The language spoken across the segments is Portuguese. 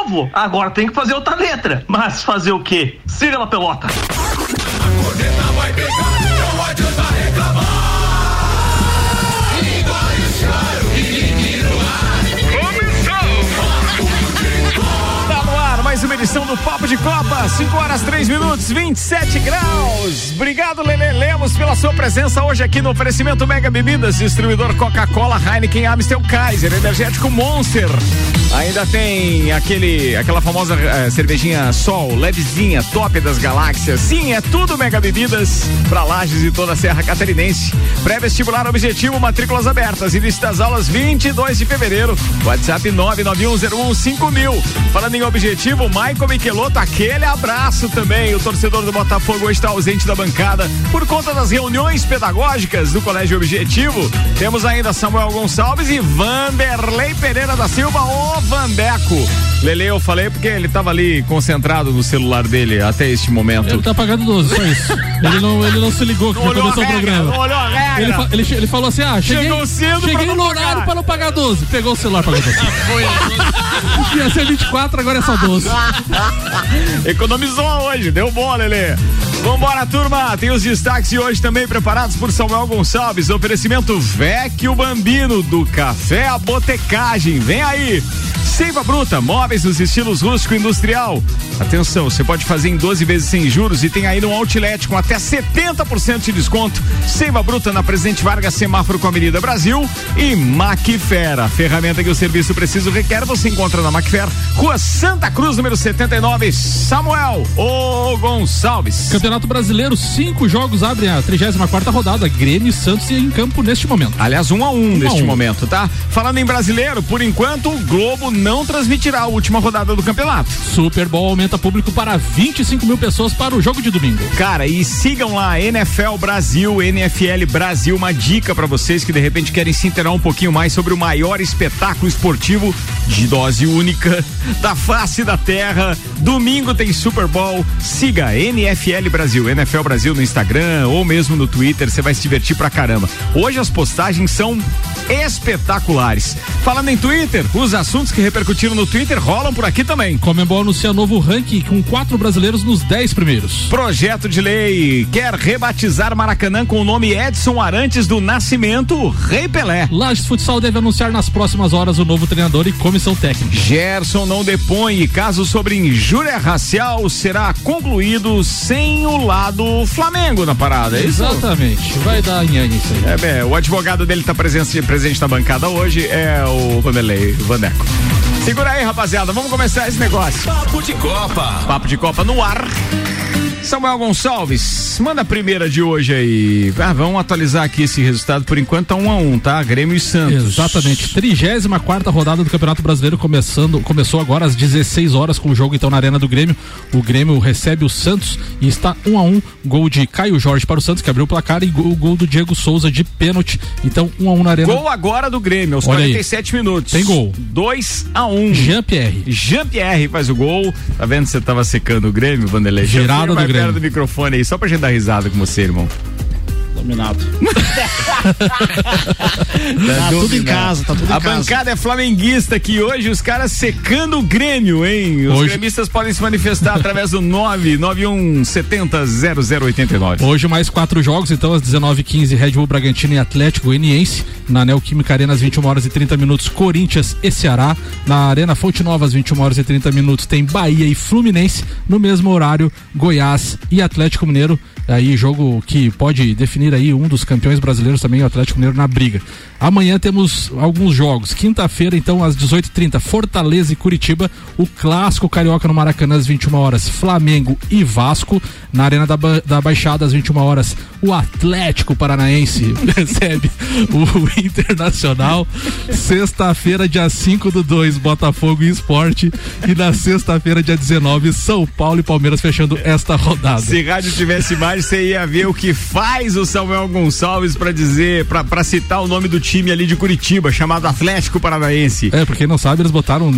novo. Agora tem que fazer outra letra. Mas fazer o quê? Siga na pelota. A corneta vai pegar, não adianta reclamar. Igual e ninguém no ar. Tá no ar, mais uma edição do Papo de Copa, 5 horas 3 minutos, 27 graus. Obrigado, Lelê Lemos, pela sua presença hoje aqui no oferecimento Mega Bebidas, distribuidor Coca-Cola, Heineken, Amstel, Kaiser, Energético Monster. Ainda tem aquela famosa cervejinha Sol, levezinha, top das galáxias. Sim, é tudo Mega Bebidas pra Lages e toda a Serra Catarinense. Pré-vestibular Objetivo, matrículas abertas. Início das aulas 22 de fevereiro. WhatsApp 991015000. Falando em Objetivo, Michael Michelotto, aquele abraço também. O torcedor do Botafogo hoje está ausente da bancada por conta das reuniões pedagógicas do Colégio Objetivo. Temos ainda Samuel Gonçalves e Vanderlei Pereira da Silva, o Vandeco. Lele, eu falei porque ele tava ali concentrado no celular dele até este momento. Ele tá pagando 12, só isso. Ele não se ligou que já começou o programa. Olhou a regra. Ele falou assim, cheguei no horário pra não pagar 12. Pegou o celular, pagou 12. Ia ser 24, agora é só 12. Economizou hoje, deu bom, Lele. Vambora, turma, tem os destaques de hoje também preparados por Samuel Gonçalves. Oferecimento Vecchio Bambino, do Café à Botecagem. Vem aí. Seiva Bruta, móveis nos estilos rústico e industrial. Atenção, você pode fazer em 12 vezes sem juros e tem aí no Outlet com até 70% de desconto. Seiva Bruta na Presidente Vargas, semáforo com a Avenida Brasil. E Macfer, a ferramenta que o serviço preciso requer, você encontra na Macfer, Rua Santa Cruz, número 79. Samuel Gonçalves. Campeonato Brasileiro, 5 jogos abrem a 34ª rodada. Grêmio e Santos em campo neste momento. Aliás, 1-1 neste momento, tá? Falando em brasileiro, por enquanto o Globo não transmitirá a última rodada do campeonato. Super Bowl aumenta público para 25 mil pessoas para o jogo de domingo. Cara, e sigam lá NFL Brasil, NFL Brasil, uma dica pra vocês que de repente querem se inteirar um pouquinho mais sobre o maior espetáculo esportivo de dose única da face da terra. Domingo tem Super Bowl, siga NFL Brasil, NFL Brasil no Instagram ou mesmo no Twitter, você vai se divertir pra caramba. Hoje as postagens são espetaculares. Falando em Twitter, os assuntos que repercutiram no Twitter rolam por aqui também. Conmebol anuncia novo ranking com 4 brasileiros nos 10 primeiros. Projeto de lei quer rebatizar Maracanã com o nome Edson Arantes do Nascimento, Rei Pelé. Lages Futsal deve anunciar nas próximas horas o novo treinador e comissão técnica. Gerson não depõe e caso sobre injúria racial será concluído sem o lado Flamengo na parada, é isso? Exatamente, vai dar nhanha isso aí. O advogado dele tá presente na bancada hoje, é o Vanderlei Vandeco. Segura aí, rapaziada, vamos começar esse negócio. Papo de Copa. Papo de Copa no ar. Samuel Gonçalves, manda a primeira de hoje aí. Vamos atualizar aqui esse resultado. Por enquanto tá 1-1, tá? Grêmio e Santos. Exatamente. 34ª rodada do Campeonato Brasileiro começou agora às 16 horas com o jogo então na Arena do Grêmio. O Grêmio recebe o Santos e está 1-1. Gol de Caio Jorge para o Santos, que abriu o placar, e o gol do Diego Souza de pênalti. Então 1-1 na Arena. Gol agora do Grêmio, aos 47 minutos. Tem gol. 2-1. Jean-Pierre faz o gol. Tá vendo que você tava secando o Grêmio, Vanderlei? Girado do Grêmio. Perto do microfone aí, só pra gente dar risada com você, irmão. Dominado. Tá tudo em casa, tá tudo em casa. A bancada é flamenguista aqui hoje, os caras secando o Grêmio, hein? Os gremistas podem se manifestar através do 991700089. Hoje mais 4 jogos, então às 19h15, Red Bull Bragantino e Atlético Goianiense. Na Neoquímica Arena às 21h30, Corinthians e Ceará. Na Arena Fonte Nova às 21h30 tem Bahia e Fluminense. No mesmo horário, Goiás e Atlético Mineiro. Aí jogo que pode definir aí um dos campeões brasileiros também, o Atlético Mineiro, na briga. Amanhã temos alguns jogos. Quinta-feira, então, às 18h30, Fortaleza e Curitiba. O clássico carioca no Maracanã às 21h, Flamengo e Vasco. Na Arena da Baixada às 21h, o Atlético Paranaense recebe o Internacional. Sexta-feira, dia 5/2, Botafogo e Sport. E na sexta-feira, dia 19, São Paulo e Palmeiras fechando esta rodada. Se rádio tivesse imagem, verdade você ia ver o que faz o Samuel Gonçalves pra dizer, pra citar o nome do time ali de Curitiba, chamado Atlético Paranaense. Pra quem não sabe, eles botaram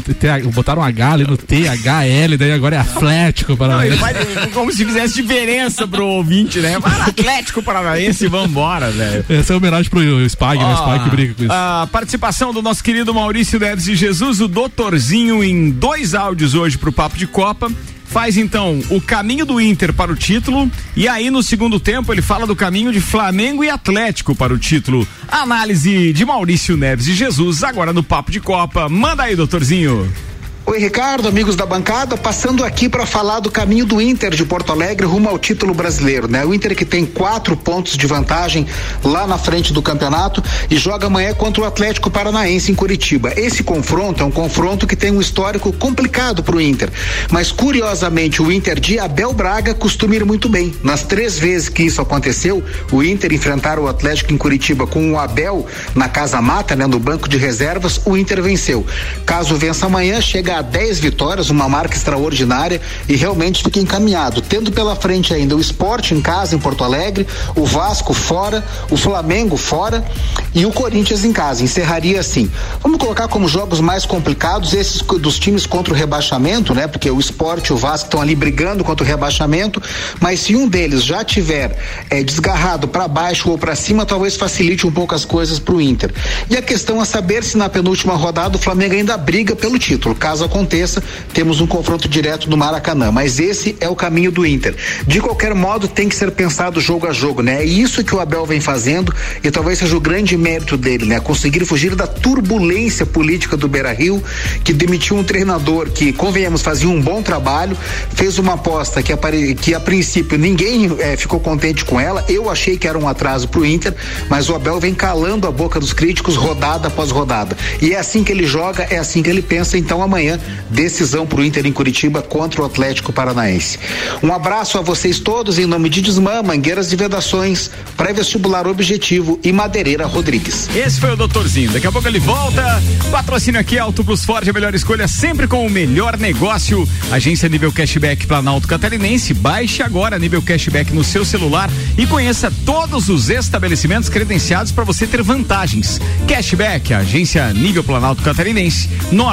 H ali no THL, daí agora é Atlético Paranaense. Como se fizesse diferença pro ouvinte, né? Mas Atlético Paranaense, vambora, velho. Essa é homenagem pro Spag, né? Spag que briga com isso. A participação do nosso querido Maurício Neves de Jesus, o doutorzinho, em 2 áudios hoje pro Papo de Copa. Faz então o caminho do Inter para o título e aí no segundo tempo ele fala do caminho de Flamengo e Atlético para o título. Análise de Maurício Neves de Jesus, agora no Papo de Copa. Manda aí, doutorzinho. Oi, Ricardo, amigos da bancada, passando aqui para falar do caminho do Inter de Porto Alegre rumo ao título brasileiro, né? O Inter que tem 4 pontos de vantagem lá na frente do campeonato e joga amanhã contra o Atlético Paranaense em Curitiba. Esse confronto é um confronto que tem um histórico complicado para o Inter, mas curiosamente o Inter de Abel Braga costuma ir muito bem. Nas 3 vezes que isso aconteceu, o Inter enfrentar o Atlético em Curitiba com o Abel na casa mata, né? No banco de reservas, o Inter venceu. Caso vença amanhã, chega a 10 vitórias, uma marca extraordinária e realmente fica encaminhado, tendo pela frente ainda o Sport em casa em Porto Alegre, o Vasco fora, o Flamengo fora e o Corinthians em casa. Encerraria assim. Vamos colocar como jogos mais complicados esses dos times contra o rebaixamento, né? Porque o Sport e o Vasco estão ali brigando contra o rebaixamento, mas se um deles já tiver desgarrado para baixo ou para cima, talvez facilite um pouco as coisas para o Inter. E a questão é saber se na penúltima rodada o Flamengo ainda briga pelo título. Caso aconteça, temos um confronto direto no Maracanã, mas esse é o caminho do Inter. De qualquer modo, tem que ser pensado jogo a jogo, né? É isso que o Abel vem fazendo e talvez seja o grande mérito dele, né? Conseguir fugir da turbulência política do Beira-Rio, que demitiu um treinador que, convenhamos, fazia um bom trabalho, fez uma aposta que a princípio ninguém ficou contente com ela. Eu achei que era um atraso pro Inter, mas o Abel vem calando a boca dos críticos rodada após rodada. E é assim que ele joga, é assim que ele pensa. Então amanhã, decisão pro Inter em Curitiba contra o Atlético Paranaense. Um abraço a vocês todos em nome de Desmã, Mangueiras e Vedações, Pré-Vestibular Objetivo e Madeireira Rodrigues. Esse foi o doutorzinho, daqui a pouco ele volta. Patrocínio aqui, Auto Plus Ford, a melhor escolha sempre com o melhor negócio. Agência Nível Cashback Planalto Catarinense, baixe agora Nível Cashback no seu celular e conheça todos os estabelecimentos credenciados para você ter vantagens. Cashback, Agência Nível Planalto Catarinense,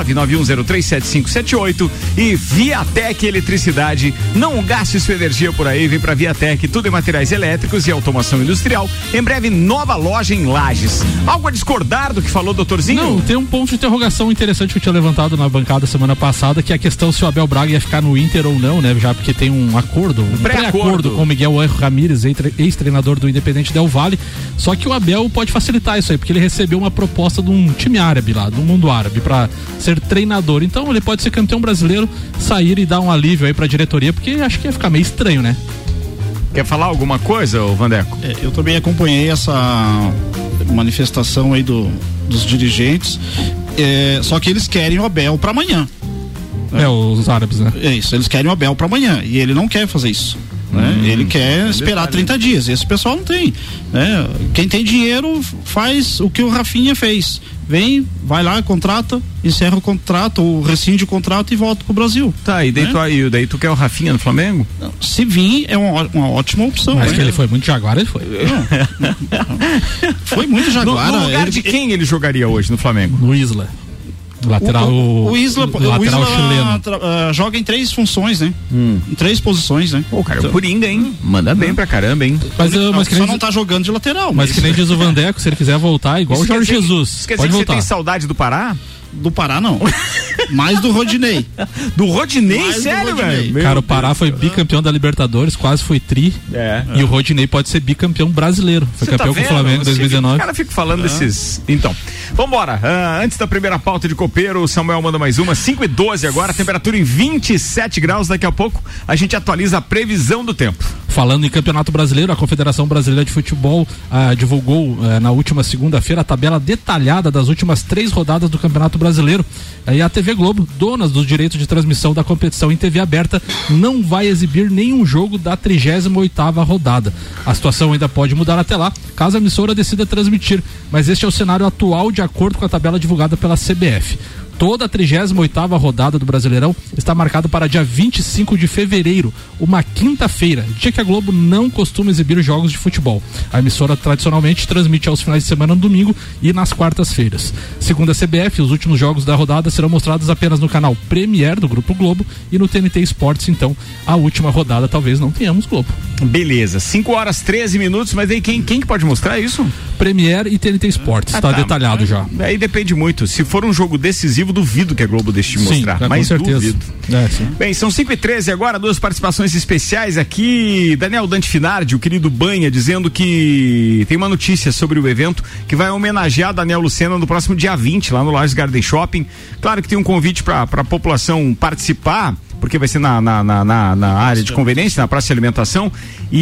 991037578 e Viatec Eletricidade. Não gaste sua energia por aí, vem pra Viatec, tudo em materiais elétricos e automação industrial. Em breve, nova loja em Lages. Algo a discordar do que falou o doutorzinho? Não, tem um ponto de interrogação interessante que eu tinha levantado na bancada semana passada, que é a questão se o Abel Braga ia ficar no Inter ou não, né? Já porque tem um acordo, um pré-acordo com o Miguel Ramírez, ex-treinador do Independente Del Valle. Só que o Abel pode facilitar isso aí, porque ele recebeu uma proposta de um time árabe lá, do mundo árabe, pra ser treinador. Então ele pode ser campeão brasileiro, sair e dar um alívio aí pra diretoria, porque acho que ia ficar meio estranho, né? Quer falar alguma coisa, Vandeco? Eu também acompanhei essa manifestação aí dos dirigentes, só que eles querem o Abel pra amanhã. Os árabes, né? É isso, eles querem o Abel pra amanhã e ele não quer fazer isso. Né? Ele quer esperar 30 dias. Esse pessoal não tem, né? Quem tem dinheiro faz o que o Rafinha fez. Vai lá, contrata, encerra o contrato, ou rescinde o contrato e volta pro Brasil. Tá, e daí tu quer o Rafinha no Flamengo? Se vir, é uma ótima opção. Mas que ele foi muito Jaguar, ele foi. Foi muito Jaguar. No lugar de quem ele jogaria hoje no Flamengo? No Isla. Lateral, o Isla chileno. Joga em 3 funções, né? Em 3 posições, né? Pô, cara, o Coringa, hein? Manda bem pra caramba, hein? Mas só não tá jogando de lateral. Mas que nem diz o Vandeco, se ele quiser voltar, igual o Jorge Jesus. Quer dizer que você tem saudade do Pará? Do Pará, não. Mais do Rodinei. Do Rodinei? Sério, velho? Cara, o Pará foi bicampeão da Libertadores, quase foi tri. E o Rodinei pode ser bicampeão brasileiro. Foi campeão com o Flamengo em 2019. Cara, fica falando desses. Então, vambora. Antes da primeira pauta de copeiro, o Samuel manda mais uma. 5:12 agora, temperatura em 27 graus. Daqui a pouco a gente atualiza a previsão do tempo. Falando em Campeonato Brasileiro, a Confederação Brasileira de Futebol divulgou na última segunda-feira a tabela detalhada das últimas 3 rodadas do Campeonato Brasileiro. Aí a TV Globo, dona dos direitos de transmissão da competição em TV aberta, não vai exibir nenhum jogo da 38ª rodada. A situação ainda pode mudar até lá, caso a emissora decida transmitir, mas este é o cenário atual de acordo com a tabela divulgada pela CBF. Toda a 38ª rodada do Brasileirão está marcada para dia 25 de fevereiro, uma quinta-feira, dia que a Globo não costuma exibir jogos de futebol. A emissora tradicionalmente transmite aos finais de semana no domingo e nas quartas-feiras. Segundo a CBF, os últimos jogos da rodada serão mostrados apenas no canal Premier do Grupo Globo e no TNT Esportes, então a última rodada talvez não tenhamos Globo. Beleza, 5h13, mas aí quem que pode mostrar isso? Premier e TNT Esportes, tá detalhado já. Aí depende muito, se for um jogo decisivo, duvido que a Globo deixe de mostrar, mas com certeza. Duvido. Bem, são 5h13 agora, 2 participações especiais aqui. Daniel Dante Finardi, o querido Banha, dizendo que tem uma notícia sobre o evento que vai homenagear Daniel Lucena no próximo dia 20, lá no Lages Garden Shopping. Claro que tem um convite para a população participar, porque vai ser na área de conveniência, na praça de alimentação,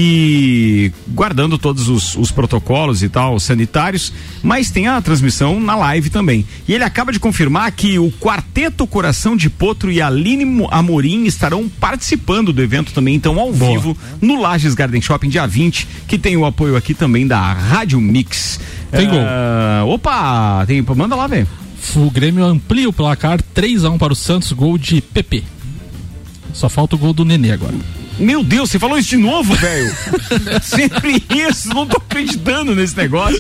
e guardando todos os protocolos e tal, sanitários, mas tem a transmissão na live também. E ele acaba de confirmar que o Quarteto Coração de Potro e Aline Amorim estarão participando do evento também, então ao vivo, no Lages Garden Shopping, dia 20, que tem o apoio aqui também da Rádio Mix. Tem gol. Opa, manda lá, velho. O Grêmio amplia o placar 3-1 para o Santos, gol de PP. Só falta o gol do Nenê agora. Meu Deus, você falou isso de novo, velho? Sempre isso, não tô acreditando nesse negócio.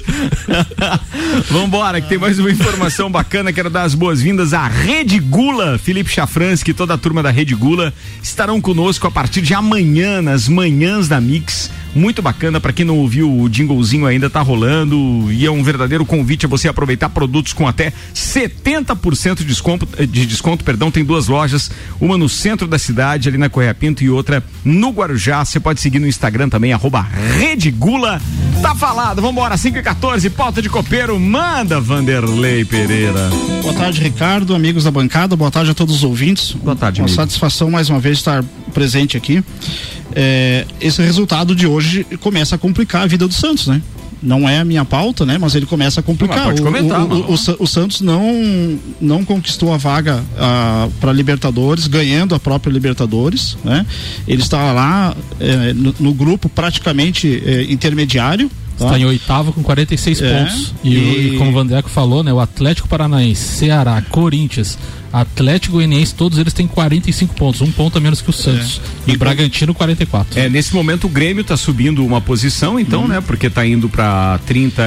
Vambora, que tem mais uma informação bacana. Quero dar as boas-vindas à Rede Gula. Felipe Chafransky e toda a turma da Rede Gula estarão conosco a partir de amanhã, nas manhãs da Mix. Muito bacana, pra quem não ouviu, o jinglezinho ainda tá rolando e é um verdadeiro convite a você aproveitar produtos com até 70% de desconto, tem 2 lojas, uma no centro da cidade, ali na Correia Pinto, e outra no Guarujá. Você pode seguir no Instagram também, @RedeGula. Tá falado, vambora, 5h14, pauta de copeiro, manda, Vanderlei Pereira. Boa tarde, Ricardo, amigos da bancada, boa tarde a todos os ouvintes. Boa tarde, uma amigo. Satisfação mais uma vez estar presente aqui. Esse resultado de hoje começa a complicar a vida do Santos, né? Não é a minha pauta, né? Mas ele começa a complicar. Pode comentar, o Santos não conquistou a vaga para Libertadores, ganhando a própria Libertadores, né? Ele está lá no grupo praticamente intermediário. Está em 8º com 46 pontos. E como o Vandeco falou, né? O Atlético Paranaense, Ceará, Corinthians, Atlético Goianiense, todos eles têm 45 pontos, 1 ponto a menos que o Santos. E o Bragantino 44. Nesse momento o Grêmio tá subindo uma posição, então, né? Porque tá indo pra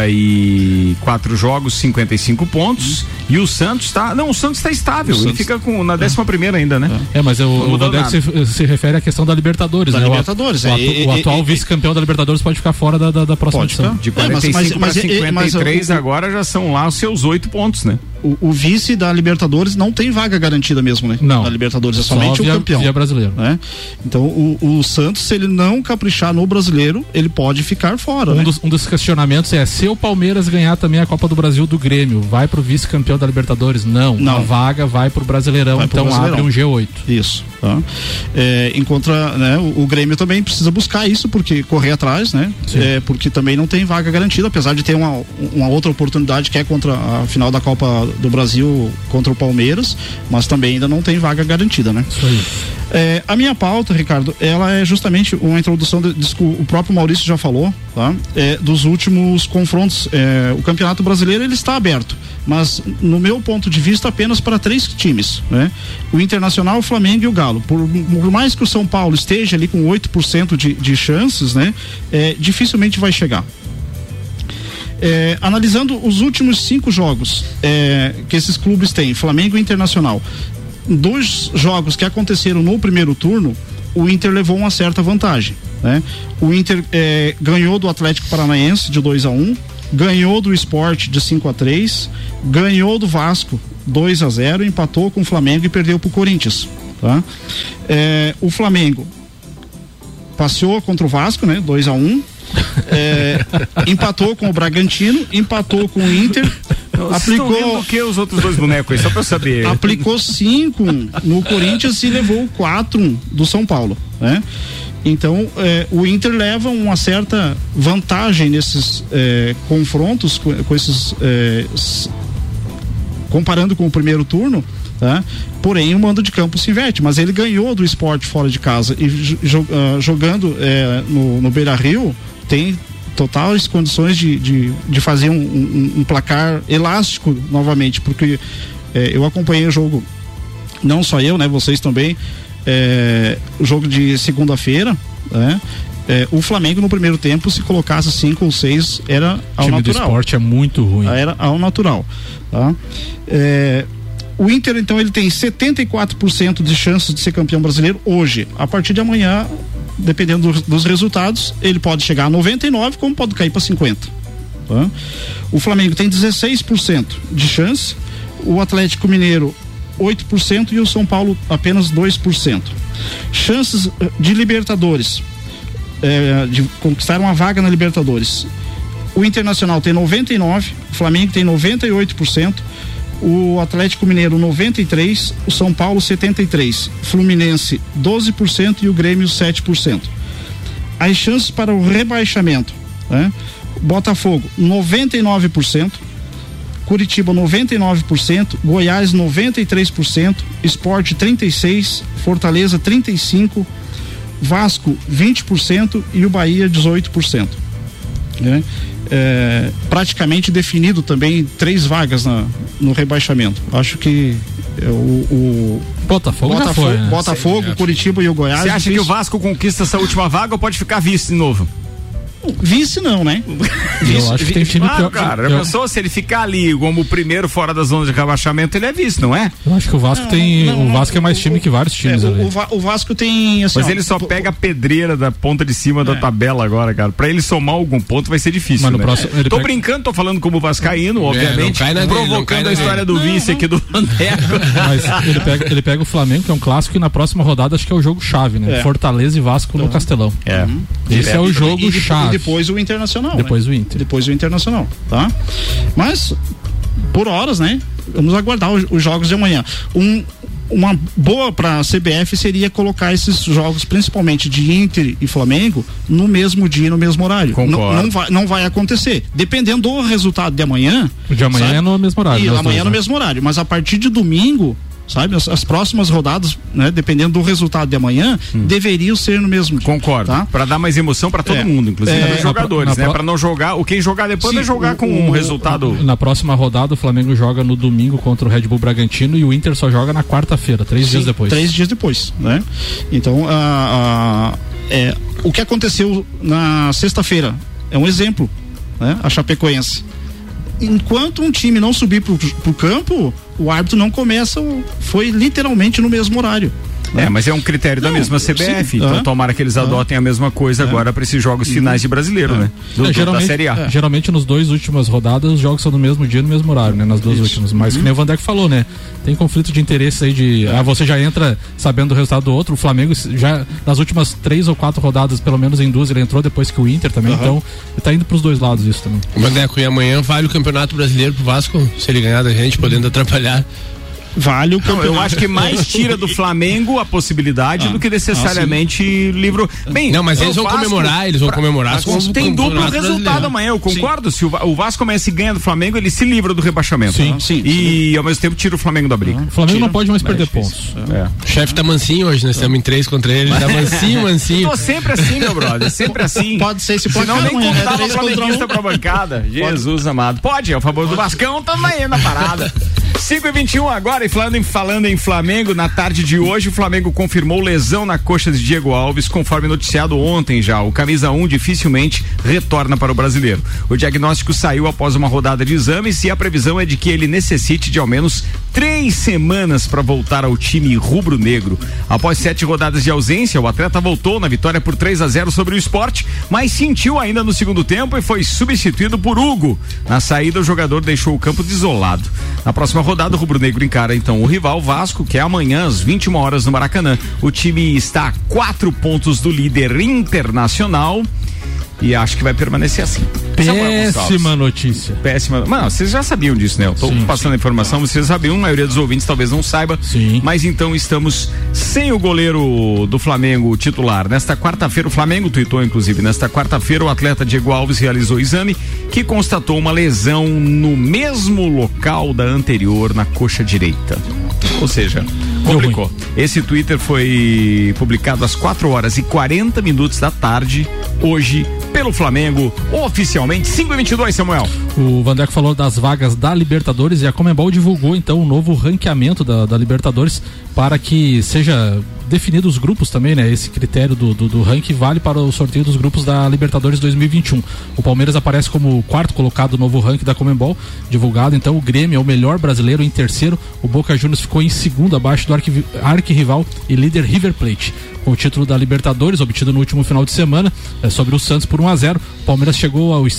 34 jogos, 55 pontos. E o Santos tá. Não, o Santos tá estável. Ele fica na 11ª ainda, né? Mas o Vandeco se refere à questão da Libertadores, né? Libertadores. O atual vice-campeão da Libertadores pode ficar fora da próxima edição. De 45 para 53 agora já são lá os seus 8 pontos, né? O vice da Libertadores não tem vaga garantida mesmo, né? Não. Na Libertadores é somente o campeão. Via brasileiro. Né? Então o Santos, se ele não caprichar no brasileiro, ele pode ficar fora. Um dos questionamentos é: se o Palmeiras ganhar também a Copa do Brasil do Grêmio, vai pro vice-campeão da Libertadores? Não. A vaga vai pro Brasileirão, abre um G8. Isso. Tá? Né, o Grêmio também precisa buscar isso, porque correr atrás, né? Porque também não tem vaga garantida, apesar de ter uma outra oportunidade que é contra a final da Copa do Brasil contra o Palmeiras, mas também ainda não tem vaga garantida, né? Isso aí. A minha pauta, Ricardo, ela é justamente uma introdução, o próprio Maurício já falou, tá? Dos últimos confrontos. O Campeonato Brasileiro, ele está aberto, mas no meu ponto de vista apenas para 3 times, né? O Internacional, o Flamengo e o Galo. Por mais que o São Paulo esteja ali com 8% de chances, né? Dificilmente vai chegar. Analisando os últimos 5 jogos que esses clubes têm, Flamengo e Internacional, 2 jogos que aconteceram no primeiro turno, o Inter levou uma certa vantagem, né? O Inter ganhou do Atlético Paranaense de 2-1, ganhou do Sport de 5-3, ganhou do Vasco 2-0, empatou com o Flamengo e perdeu pro Corinthians, tá? O Flamengo passeou contra o Vasco, né? 2-1. Empatou com o Bragantino, empatou com o Inter, aplicou o que os outros 2 bonecos aí, só pra eu saber. Aplicou 5 no Corinthians e levou 4 do São Paulo, né? Então o Inter leva uma certa vantagem nesses confrontos com esses comparando com o primeiro turno, tá? Porém o mando de campo se inverte, mas ele ganhou do Sport fora de casa e jogando no Beira-Rio tem totais condições de fazer um placar elástico novamente, porque eu acompanhei o jogo, não só eu, né? Vocês também, o jogo de segunda-feira, né? O Flamengo no primeiro tempo, se colocasse 5 ou 6, era ao natural. O time do esporte é muito ruim. Era ao natural, tá? O Inter, então, ele tem 74% de chances de ser campeão brasileiro hoje. A partir de amanhã, dependendo dos resultados, ele pode chegar a 99%, como pode cair para 50%. Tá? O Flamengo tem 16% de chance, o Atlético Mineiro 8% e o São Paulo apenas 2%. Chances de Libertadores, de conquistar uma vaga na Libertadores. O Internacional tem 99%, o Flamengo tem 98%, o Atlético Mineiro 93%, o São Paulo 73%, Fluminense 12% e o Grêmio 7%. As chances para o rebaixamento, né? Botafogo 99%, Curitiba 99%, Goiás 93%, Sport 36%, Fortaleza 35%, Vasco 20% e o Bahia 18%. Né? Praticamente definido também 3 vagas no rebaixamento. Acho que o Botafogo, né? Botafogo, Curitiba e o Goiás. Você acha que o Vasco conquista essa última vaga ou pode ficar vice de novo? Vice não, né? Eu acho que tem time claro, cara. Já pensou se ele ficar ali como o primeiro fora da zona de rebaixamento, ele é vice, não é? Eu acho que o Vasco o Vasco é mais time que vários times ali. O Vasco tem assim, mas ele só pega a pedreira da ponta de cima da tabela agora, cara. Pra ele somar algum ponto vai ser difícil, mas no próximo, tô brincando, tô falando como vascaíno, obviamente, provocando a história do vice aqui do Landeco. Mas ele pega o Flamengo, que é um clássico, e na próxima rodada acho que é o jogo chave, né? Fortaleza e Vasco no Castelão. Esse é o jogo chave. Depois o Internacional. Depois né? o Inter. Depois o Internacional, tá? Mas, por horas, né? Vamos aguardar os jogos de amanhã. Uma boa para a CBF seria colocar esses jogos, principalmente de Inter e Flamengo, no mesmo dia e no mesmo horário. Não vai acontecer. Dependendo do resultado de amanhã. O de amanhã é no mesmo horário. E amanhã é no mesmo horário. Mas a partir de domingo, sabe, as próximas rodadas, né, dependendo do resultado de amanhã, deveriam ser no mesmo dia. Concordo. Tá? Para dar mais emoção para todo mundo, inclusive para os jogadores, né? Para não jogar, quem jogar depois vai jogar com um resultado. Na próxima rodada o Flamengo joga no domingo contra o Red Bull Bragantino e o Inter só joga na quarta-feira, 3 dias depois. 3 dias depois, né? Então, o que aconteceu na sexta-feira é um exemplo, né? A Chapecoense. Enquanto um time não subir pro campo, o árbitro não começa, foi literalmente no mesmo horário. Mas é um critério da mesma CBF, então tomara que eles adotem a mesma coisa agora para esses jogos finais de brasileiro, né? Da Série A. Geralmente nos 2 últimas rodadas os jogos são no mesmo dia, no mesmo horário, né? Nas 2 últimas, mas que nem o Vandeco falou, né? Tem conflito de interesse aí de, você já entra sabendo do resultado do outro, o Flamengo já nas últimas 3 ou 4 rodadas, pelo menos em 2, ele entrou depois que o Inter também, então ele tá indo pros 2 lados isso também. Vandeco, e amanhã vale o Campeonato Brasileiro pro Vasco, se ele ganhar da gente, podendo atrapalhar. Vale o campeonato. Eu acho que mais tira do Flamengo a possibilidade do que necessariamente livro. Bem, não, mas eles vão comemorar. Tem duplo resultado amanhã, eu concordo. Se o Vasco começa e ganha do Flamengo, ele se livra do rebaixamento. Sim. E ao mesmo tempo tira o Flamengo da briga. O Flamengo não pode mais perder pontos. O chefe tá mansinho hoje, nós estamos em 3 contra ele. Tá mansinho. Eu tô sempre assim, meu brother. Sempre assim. Pode ser, se pode. Senão nem contava flamenguista pra bancada. Jesus amado. Pode, é a favor do Vascão, também na parada. 5h21 agora, e falando em Flamengo, na tarde de hoje o Flamengo confirmou lesão na coxa de Diego Alves, conforme noticiado ontem já. O camisa 1 dificilmente retorna para o brasileiro. O diagnóstico saiu após uma rodada de exames e a previsão é de que ele necessite de ao menos 3 semanas para voltar ao time rubro-negro. Após 7 rodadas de ausência, o atleta voltou na vitória por 3-0 sobre o Sport, mas sentiu ainda no segundo tempo e foi substituído por Hugo. Na saída, o jogador deixou o campo desolado. Na próxima rodada, o rubro-negro encara então o rival Vasco, que é amanhã às 21 horas no Maracanã. O time está a 4 pontos do líder Internacional e acho que vai permanecer assim. Péssima notícia. Péssima. Mano, vocês já sabiam disso, né? Eu tô passando a informação, vocês sabiam, a maioria dos ouvintes talvez não saiba. Sim. Mas então estamos sem o goleiro do Flamengo titular. Nesta quarta-feira, o Flamengo tuitou, inclusive, nesta quarta-feira o atleta Diego Alves realizou o exame que constatou uma lesão no mesmo local da anterior, na coxa direita. Ou seja, complicou. Esse Twitter foi publicado às 4h40 da tarde, hoje, pelo Flamengo, oficialmente finalmente. 5h22, Samuel. O Vandeco falou das vagas da Libertadores e a Conmebol divulgou então um novo ranqueamento da Libertadores para que seja definido os grupos também, né? Esse critério do ranking vale para o sorteio dos grupos da Libertadores 2021. O Palmeiras aparece como o quarto colocado no novo ranking da Conmebol, divulgado. Então o Grêmio é o melhor brasileiro em terceiro, o Boca Juniors ficou em segundo, abaixo do arquirrival e líder River Plate. Com o título da Libertadores, obtido no último final de semana, sobre o Santos por 1-0, o Palmeiras chegou aos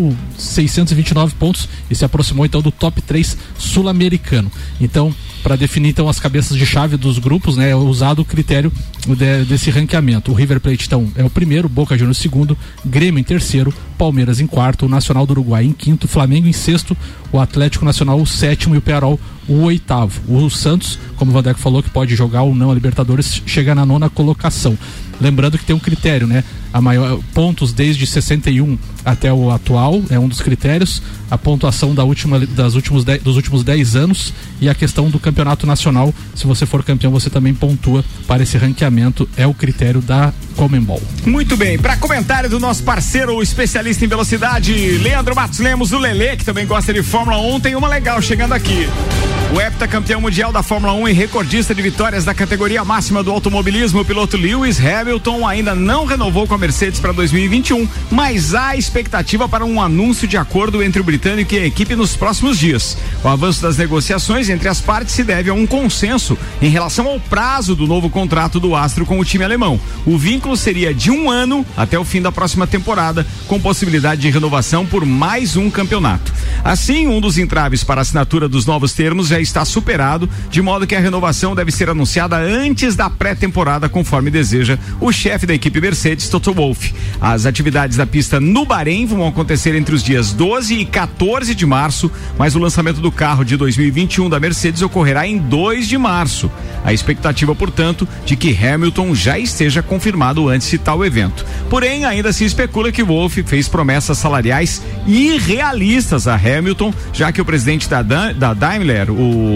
6.629 pontos e se aproximou então do top 3 sul-americano. Então, para definir então as cabeças de chave dos grupos, né, é usado o critério desse ranqueamento. O River Plate então é o primeiro, Boca Juniors segundo, Grêmio em terceiro, Palmeiras em quarto, o Nacional do Uruguai em quinto, Flamengo em sexto, o Atlético Nacional o sétimo e o Pearol o oitavo. O Santos, como o Vandeco falou, que pode jogar ou não a Libertadores, chega na 9ª colocação. Lembrando que tem um critério, né? A maior pontos desde 61 até o atual é um dos critérios, a pontuação dos últimos 10 anos e a questão do campeonato nacional. Se você for campeão, você também pontua para esse ranqueamento, é o critério da Conmebol. Muito bem, para comentário do nosso parceiro, o especialista em velocidade, Leandro Matos Lemos, o Lelê, que também gosta de Fórmula 1, tem uma legal chegando aqui. O heptacampeão mundial da Fórmula 1 e recordista de vitórias da categoria máxima do automobilismo, o piloto Lewis Hamilton ainda não renovou com a Mercedes para 2021, mas há expectativa para um anúncio de acordo entre o britânico e a equipe nos próximos dias. O avanço das negociações entre as partes se deve a um consenso em relação ao prazo do novo contrato do astro com o time alemão. O vínculo seria de 1 ano até o fim da próxima temporada, com possibilidade de renovação por mais um campeonato. Assim, um dos entraves para a assinatura dos novos termos já está superado, de modo que a renovação deve ser anunciada antes da pré-temporada, conforme deseja o chefe da equipe Mercedes, Toto Wolff. As atividades da pista no Bahrein vão acontecer entre os dias 12 e 14 de março, mas o lançamento do carro de 2021 da Mercedes ocorrerá em 2 de março. A expectativa, portanto, de que Hamilton já esteja confirmado antes de tal evento. Porém, ainda se especula que Wolff fez promessas salariais irrealistas a Hamilton, já que o presidente da Daimler,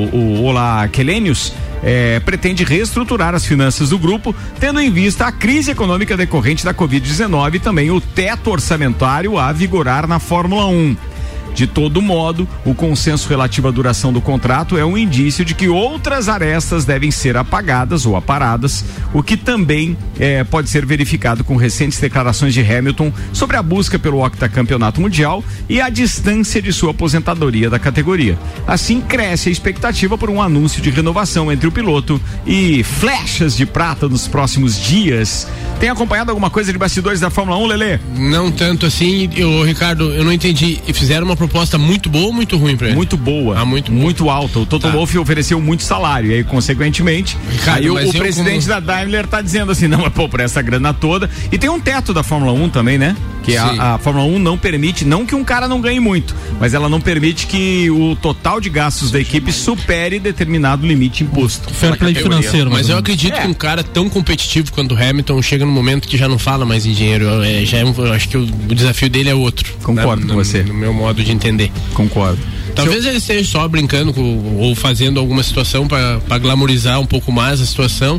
o Ola Källenius, pretende reestruturar as finanças do grupo, tendo em vista a crise econômica decorrente da Covid-19 e também o teto orçamentário a vigorar na Fórmula 1. De todo modo, o consenso relativo à duração do contrato é um indício de que outras arestas devem ser apagadas ou aparadas, o que também pode ser verificado com recentes declarações de Hamilton sobre a busca pelo octacampeonato mundial e a distância de sua aposentadoria da categoria. Assim, cresce a expectativa por um anúncio de renovação entre o piloto e flechas de prata nos próximos dias. Tem acompanhado alguma coisa de bastidores da Fórmula 1, Lelê? Não tanto assim, Ricardo, eu não entendi. Fizeram uma proposta muito boa ou muito ruim pra ele? Muito boa. Muito alta. O Toto Wolff ofereceu muito salário e aí, consequentemente, Ricardo, aí o presidente da Daimler tá dizendo assim, não, por essa grana toda. E tem um teto da Fórmula 1 também, né? Que a Fórmula 1 não permite, não que um cara não ganhe muito, mas ela não permite que o total de gastos da equipe supere determinado limite imposto. Fair play financeiro. Mas eu acredito que um cara tão competitivo quanto o Hamilton chega num momento que já não fala mais em dinheiro. Eu acho que o desafio dele é outro. Concordo com você. No meu modo de entender. Concordo. Talvez ele esteja só brincando ou fazendo alguma situação para glamorizar um pouco mais a situação,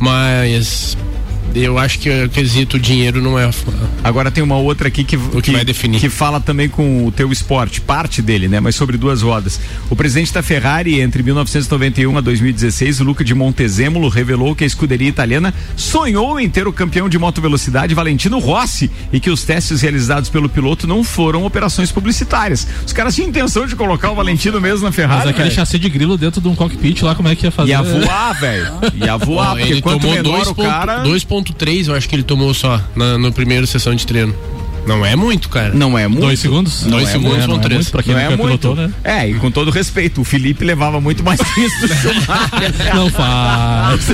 mas eu acho que o quesito dinheiro não é. Agora tem uma outra aqui que vai definir. Que fala também com o teu esporte, parte dele, né? Mas sobre duas rodas. O presidente da Ferrari, entre 1991 a 2016, o Luca de Montezemolo, revelou que a escuderia italiana sonhou em ter o campeão de motovelocidade Valentino Rossi e que os testes realizados pelo piloto não foram operações publicitárias. Os caras tinham intenção de colocar o Valentino mesmo na Ferrari. Mas aquele chassi de grilo dentro de um cockpit lá, como é que ia fazer? Ia voar, velho. Ia voar, porque quanto menor o cara... 2.3 eu acho que ele tomou só no primeiro sessão de treino. Não é muito, cara. Não é muito. 2 segundos? 2 segundos são 3. Pra quem nunca pilotou, né? E com todo respeito, o Felipe levava muito mais que isso do Schumacher. Não faz.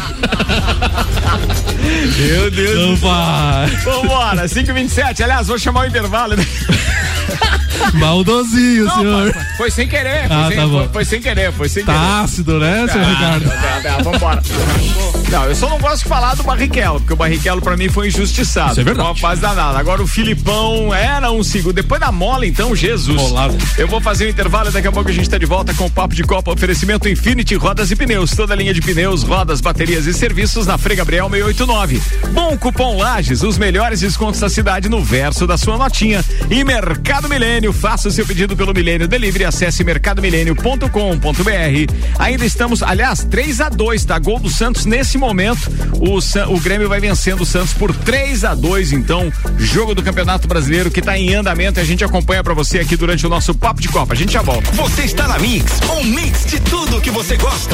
Meu Deus. Não faz. Vambora, 5h27. Aliás, vou chamar o intervalo. Maldosinho, Não, senhor. Foi sem querer. Foi sem querer. Tá ácido, né, seu Ricardo? Vambora. Não, eu só não gosto de falar do Barrichello, porque o Barrichello pra mim foi injustiçado. Isso é verdade. Uma fase danada. Agora o Filipão era um segundo. Depois da mola, então, Jesus. Olá. Eu vou fazer um intervalo e daqui a pouco a gente tá de volta com o Papo de Copa. Oferecimento Infinity Rodas e Pneus. Toda a linha de pneus, rodas, baterias e serviços na Frei Gabriel 689. Bom Cupom Lages, os melhores descontos da cidade no verso da sua notinha. E Mercado Milênio, faça o seu pedido pelo Milênio Delivery, acesse mercadomilênio.com.br. Ainda estamos, aliás, 3-2, tá? Gol do Santos nesse momento. O Grêmio vai vencendo o Santos por 3-2, então, jogo do Campeonato Brasileiro que tá em andamento e a gente acompanha pra você aqui durante o nosso Papo de Copa. A gente já volta. Você está na Mix, um mix de tudo que você gosta.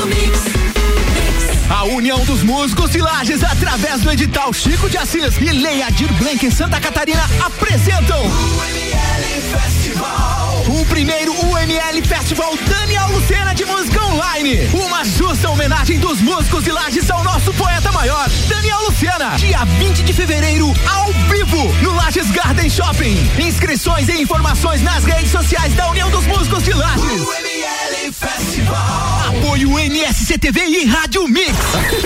A União dos Músicos de Lages, através do edital Chico de Assis e Lei Adir Blanc em Santa Catarina, apresentam o UML Festival. O primeiro UML Festival Daniel Lucena de Música Online. Uma justa homenagem dos músicos de Lages ao nosso poeta maior, Daniel Lucena. Dia 20 de fevereiro, ao vivo, no Lages Garden Shopping. Inscrições e informações nas redes sociais da União dos Músicos de Lages. UML Festival. Apoio NSCTV e Rádio Mix.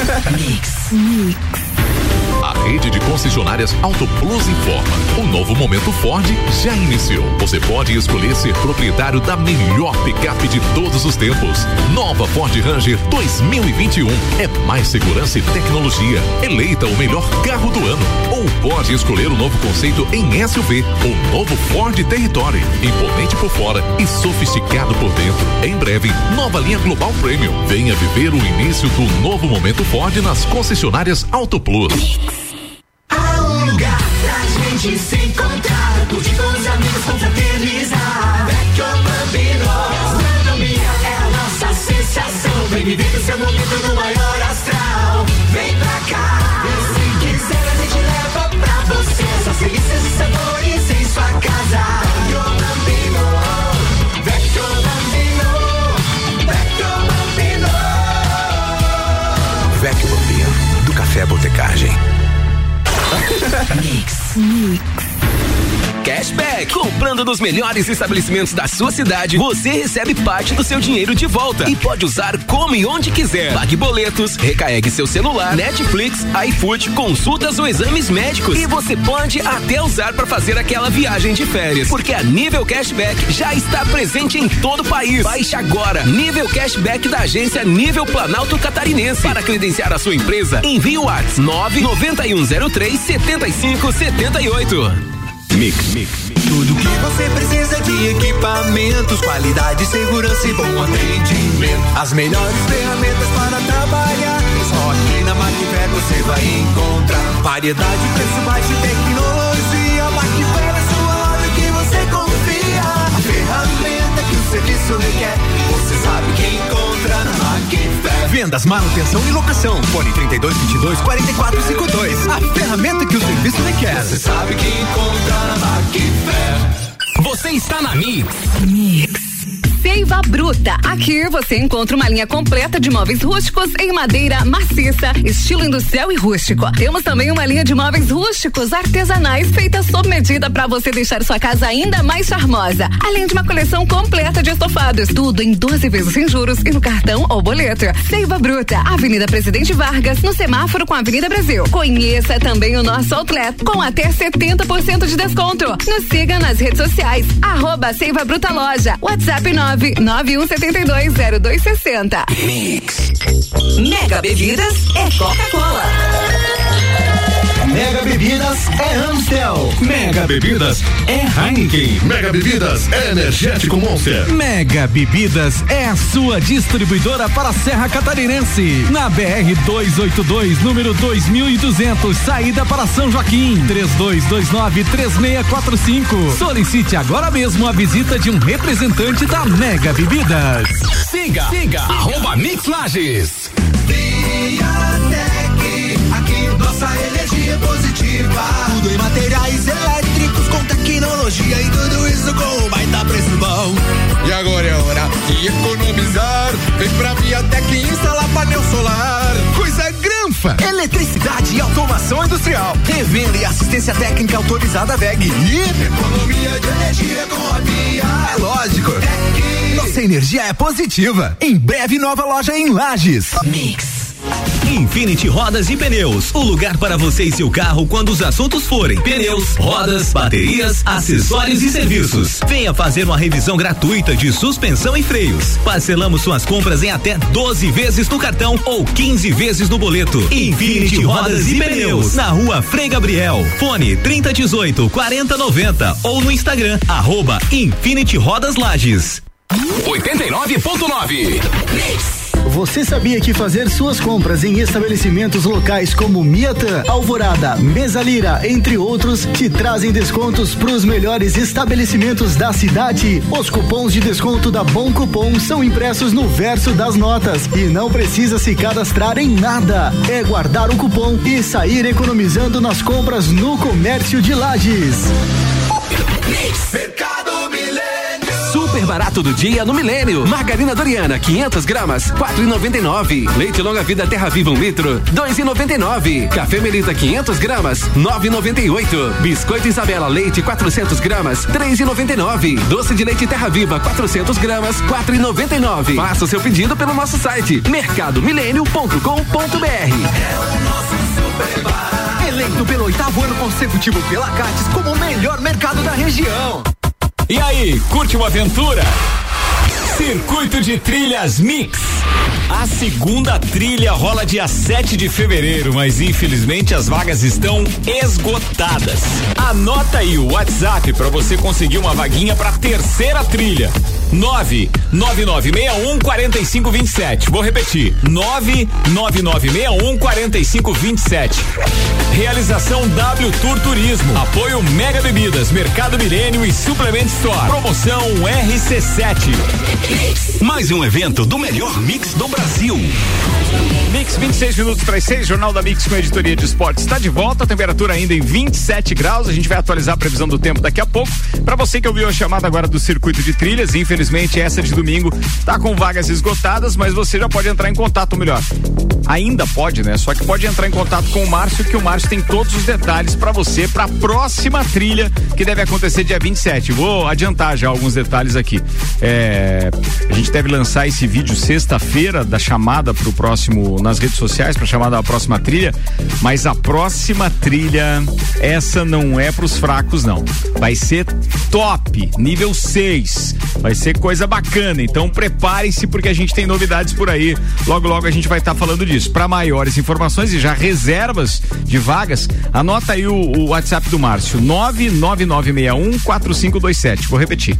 A rede de concessionárias Auto Plus informa. O novo momento Ford já iniciou. Você pode escolher ser proprietário da melhor picape de todos os tempos. Nova Ford Ranger 2021. É mais segurança e tecnologia. Eleita o melhor carro do ano. Ou pode escolher o novo conceito em SUV. O novo Ford Territory. Imponente por fora e sofisticado por dentro. Em breve, nova linha Global Premium. Venha viver o início do novo momento Ford nas concessionárias Auto Plus. Há um lugar pra gente se encontrar, curtir com os amigos, confraternizar. Vecchio Bambino, gastronomia é a nossa sensação. Vem viver o seu momento no maior astral. Vem pra cá, e se quiser a gente leva pra você essas delícias e sabores em sua casa. Vecchio Bambino, Vecchio Bambino, Vecchio Bambino. Vecchio Bambino, do Café Botecagem. Cashback. Comprando nos melhores estabelecimentos da sua cidade, você recebe parte do seu dinheiro de volta e pode usar como e onde quiser. Pague boletos, recarregue seu celular, Netflix, iFood, consultas ou exames médicos. E você pode até usar para fazer aquela viagem de férias, porque a Nível Cashback já está presente em todo o país. Baixe agora Nível Cashback da agência Nível Planalto Catarinense. Para credenciar a sua empresa, envie o WhatsApp 99103-7578. Mix. Tudo que você precisa de equipamentos, qualidade, segurança e bom atendimento. As melhores ferramentas para trabalhar, só aqui na Macfer você vai encontrar. Variedade, preço baixo e tecnologia. Macfer é sua loja que você confia. A ferramenta que o serviço requer, você sabe que encontra na Macfer. Vendas, manutenção e locação. Fone 3222-4452. A ferramenta que o serviço requer. Você sabe que encontra na Macfer. Você está na Mix. Seiva Bruta. Aqui você encontra uma linha completa de móveis rústicos em madeira maciça, estilo industrial e rústico. Temos também uma linha de móveis rústicos artesanais feitas sob medida para você deixar sua casa ainda mais charmosa. Além de uma coleção completa de estofados, tudo em 12 vezes sem juros e no cartão ou boleto. Seiva Bruta, Avenida Presidente Vargas, no semáforo com a Avenida Brasil. Conheça também o nosso outlet com até 70% de desconto. Nos siga nas redes sociais, @Seiva Bruta Loja, WhatsApp 991720260. Mix. Mega Bebidas é Coca-Cola. Mega Bebidas é Amstel. Mega Bebidas é Heineken. Mega Bebidas é Energético Monster. Mega Bebidas é a sua distribuidora para a Serra Catarinense. Na BR 282, número 2200, saída para São Joaquim. 3229-3645. Solicite agora mesmo a visita de um representante da Mega Bebidas. Siga. @Mix Lages. Viatec, aqui nossa energia positiva. Tudo em materiais elétricos com tecnologia e tudo isso com um baita preço bom. E agora é hora de economizar. Vem pra Viatec e instalar painel solar. Coisa granfa. Eletricidade e automação industrial. Revenda e assistência técnica autorizada VEG. E economia de energia com energia é positiva. Em breve, nova loja em Lages. Mix. Infinity Rodas e Pneus, o lugar para você e seu carro quando os assuntos forem pneus, rodas, baterias, acessórios e serviços. Venha fazer uma revisão gratuita de suspensão e freios. Parcelamos suas compras em até 12 vezes no cartão ou 15 vezes no boleto. Infinity Rodas e Pneus, na Rua Frei Gabriel. Fone 3018-4090 ou no Instagram @Infinity Rodas Lages. 89.9. Você sabia que fazer suas compras em estabelecimentos locais como Miatã, Alvorada, Mesa Lira, entre outros, te trazem descontos para os melhores estabelecimentos da cidade? Os cupons de desconto da Bom Cupom são impressos no verso das notas e não precisa se cadastrar em nada. É guardar o cupom e sair economizando nas compras no comércio de Lages. Mercado Milênio. Super barato do dia no Milênio. Margarina Doriana, 500 gramas, R$4,99. Leite Longa Vida Terra Viva 1 litro, R$2,99. Café Melita 500 gramas, R$9,98. Biscoito Isabela Leite 400 gramas, R$3,99. Doce de leite Terra Viva 400 gramas, R$4,99. Faça o seu pedido pelo nosso site mercadomilênio.com.br. É o nosso super barato. Eleito pelo 8º ano consecutivo pela Cates como o melhor mercado da região. E aí, curte uma aventura? Circuito de Trilhas Mix. A segunda trilha rola dia 7 de fevereiro, mas infelizmente as vagas estão esgotadas. Anota aí o WhatsApp para você conseguir uma vaguinha para a terceira trilha. 99961-4527. Vou repetir. 99961-4527. Realização W Tour Turismo. Apoio Mega Bebidas, Mercado Milênio e Suplement Store. Promoção RC7. Mais um evento do melhor mix do Brasil. Mix, 26 minutos para as 6, Jornal da Mix com a editoria de esportes está de volta, a temperatura ainda em 27 graus, a gente vai atualizar a previsão do tempo daqui a pouco. Para você que ouviu a chamada agora do circuito de trilhas, infelizmente essa de domingo tá com vagas esgotadas, mas você já pode entrar em contato, melhor, ainda pode, né? Só que pode entrar em contato com o Márcio, que o Márcio tem todos os detalhes para você, para a próxima trilha que deve acontecer dia 27. Vou adiantar já alguns detalhes aqui. A gente deve lançar esse vídeo sexta-feira da chamada pro próximo, nas redes sociais, pra chamada da próxima trilha, mas a próxima trilha, essa não é pros fracos não, vai ser top, nível 6, vai ser coisa bacana, então prepare-se porque a gente tem novidades por aí, logo logo a gente vai estar falando disso. Para maiores informações e já reservas de vagas, anota aí o WhatsApp do Márcio, 99961-4527, vou repetir,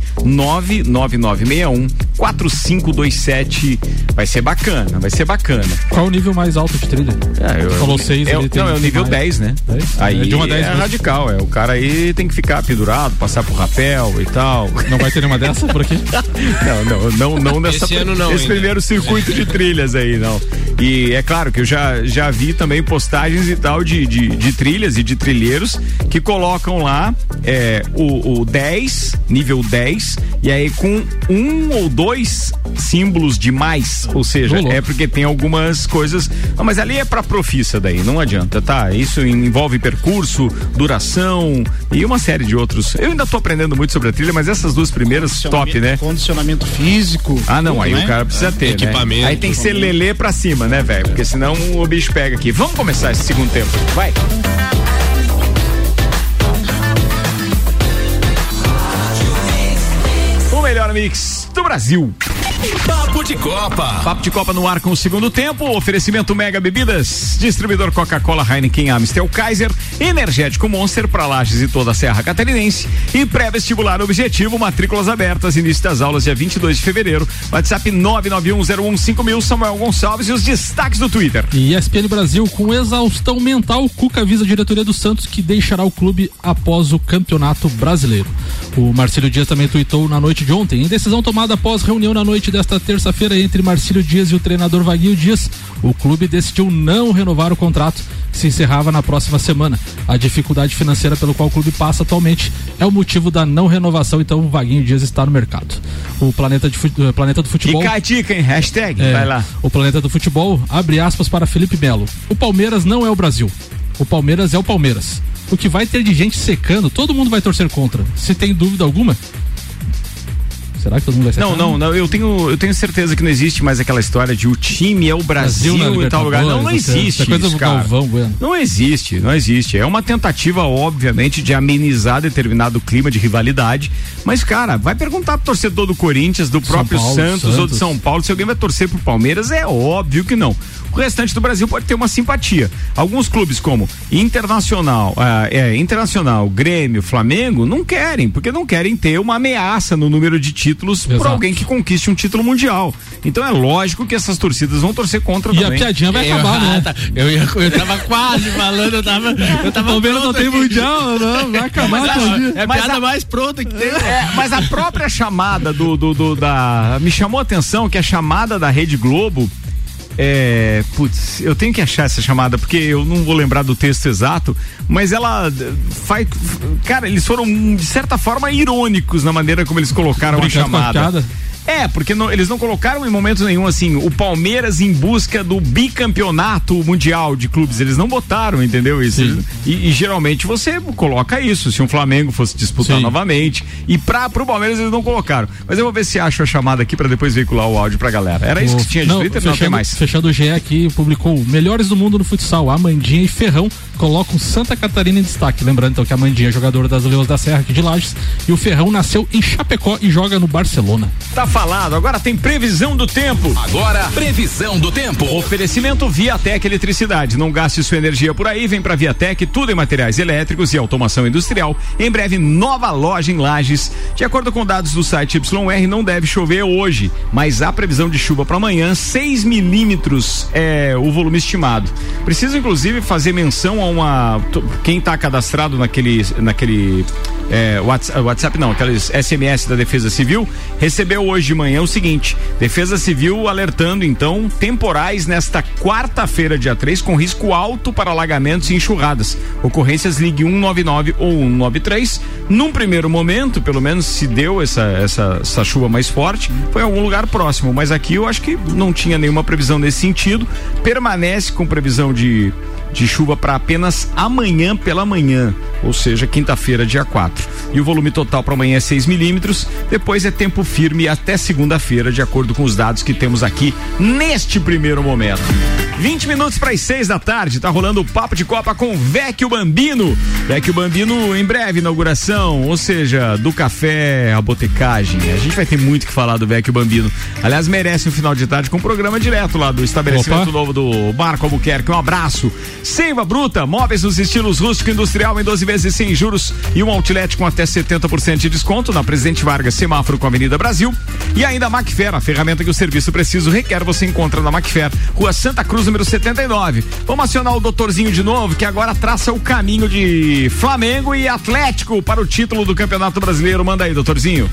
99961-4527, vai ser bacana, vai ser bacana. Qual o nível mais alto de trilha? Falou 6, não, é o nível 10, né? 10? Aí de 1 a 10 é radical, o cara aí tem que ficar pendurado, passar por rapel e tal. Não vai ter nenhuma dessa por aqui? Não nessa, esse ano não. Esse primeiro circuito de trilhas aí, não. E é claro que eu já vi também postagens e tal de trilhas e de trilheiros que colocam lá o 10, nível 10, e aí com 1 ou 2 símbolos de mais, ou seja, é porque tem algumas coisas, mas ali é pra profissa daí, não adianta, tá? Isso envolve percurso, duração e uma série de outros. Eu ainda tô aprendendo muito sobre a trilha, mas essas duas primeiras, top, né? Condicionamento físico. Não, aí o cara precisa ter, equipamento, né? Aí tem que ser lelê pra cima, né, velho? Porque senão o bicho pega aqui. Vamos começar esse segundo tempo, vai! O melhor mix do Brasil. Papo de Copa. Papo de Copa no ar com o segundo tempo. Oferecimento Mega Bebidas, distribuidor Coca-Cola, Heineken, Amstel, Kaiser, Energético Monster para Lages e toda a Serra Catarinense e pré-vestibular Objetivo, matrículas abertas, início das aulas dia 22 de fevereiro. WhatsApp 991015000, Samuel Gonçalves e os destaques do Twitter. E ESPN Brasil, com exaustão mental, Cuca avisa a diretoria do Santos que deixará o clube após o Campeonato Brasileiro. O Marcílio Dias também tuitou na noite de ontem, em decisão tomada após reunião na noite desta terça-feira entre Marcílio Dias e o treinador Vaguinho Dias, o clube decidiu não renovar o contrato que se encerrava na próxima semana. A dificuldade financeira pelo qual o clube passa atualmente é o motivo da não renovação, então o Vaguinho Dias está no mercado. O Planeta do Futebol... Fica a dica, hein? Hashtag, vai lá. O Planeta do Futebol abre aspas para Felipe Melo. O Palmeiras não é o Brasil. O Palmeiras é o Palmeiras. O que vai ter de gente secando, todo mundo vai torcer contra. Se tem dúvida alguma... Será que todo mundo vai ser Não, eu tenho certeza que não existe mais aquela história de o time é o Brasil em tal lugar. Não existe isso, cara. Não existe. É uma tentativa, obviamente, de amenizar determinado clima de rivalidade, mas, cara, vai perguntar pro torcedor do Corinthians, do próprio Santos ou de São Paulo, se alguém vai torcer pro Palmeiras, é óbvio que não. O restante do Brasil pode ter uma simpatia. Alguns clubes como Internacional, Grêmio, Flamengo, não querem, porque não querem ter uma ameaça no número de títulos por alguém que conquiste um título mundial. Então é lógico que essas torcidas vão torcer contra também. E a piadinha vai acabar, né? Eu tava quase falando, eu tava Palmeiras não tem mundial, não, vai acabar. É a piada mais pronta que tem. Mas a própria chamada me chamou a atenção que a chamada da Rede Globo, eu tenho que achar essa chamada porque eu não vou lembrar do texto exato, mas ela faz, cara, eles foram de certa forma irônicos na maneira como eles colocaram a chamada. Porque eles não colocaram em momento nenhum assim, o Palmeiras em busca do bicampeonato mundial de clubes, eles não botaram, entendeu? Isso. E geralmente você coloca isso, se um Flamengo fosse disputar novamente, e pro Palmeiras eles não colocaram. Mas eu vou ver se acho a chamada aqui pra depois veicular o áudio pra galera. Era isso que tinha de Twitter? Não tem mais. Fechando o GE aqui, publicou melhores do mundo no futsal, Amandinha e Ferrão colocam Santa Catarina em destaque. Lembrando então que a Amandinha é jogadora das Leões da Serra aqui de Lages e o Ferrão nasceu em Chapecó e joga no Barcelona. Tá falado, agora tem previsão do tempo. Agora, previsão do tempo. Oferecimento Viatec Eletricidade. Não gaste sua energia por aí, vem pra Viatec, tudo em materiais elétricos e automação industrial. Em breve, nova loja em Lages. De acordo com dados do site YR, não deve chover hoje, mas há previsão de chuva para amanhã, 6 milímetros é o volume estimado. Preciso inclusive fazer menção a quem tá cadastrado naquele WhatsApp não, aqueles SMS da Defesa Civil, recebeu hoje de manhã o seguinte: Defesa Civil alertando então temporais nesta quarta-feira, dia 3, com risco alto para alagamentos e enxurradas. Ocorrências ligue 199 ou 193. Num primeiro momento, pelo menos se deu essa chuva mais forte, foi em algum lugar próximo, mas aqui eu acho que não tinha nenhuma previsão nesse sentido. Permanece com previsão de chuva para apenas amanhã pela manhã, ou seja, quinta-feira, dia 4. E o volume total para amanhã é 6 milímetros, depois é tempo firme até segunda-feira, de acordo com os dados que temos aqui neste primeiro momento. 20 minutos para as 6 da tarde, tá rolando o Papo de Copa com Vecchio Bambino. Vecchio Bambino em breve, inauguração, ou seja, do café à botecagem. A gente vai ter muito que falar do Vecchio Bambino. Aliás, merece um final de tarde com um programa direto lá do estabelecimento novo do Marco Albuquerque. Um abraço. Seiva Bruta, móveis nos estilos rústico e industrial em 12 vezes sem juros e um outlet com até 70% de desconto na Presidente Vargas, semáforo com a Avenida Brasil. E ainda a Macfer, a ferramenta que o serviço preciso requer, você encontra na Macfer, Rua Santa Cruz, número 79. Vamos acionar o doutorzinho de novo, que agora traça o caminho de Flamengo e Atlético para o título do Campeonato Brasileiro. Manda aí, doutorzinho.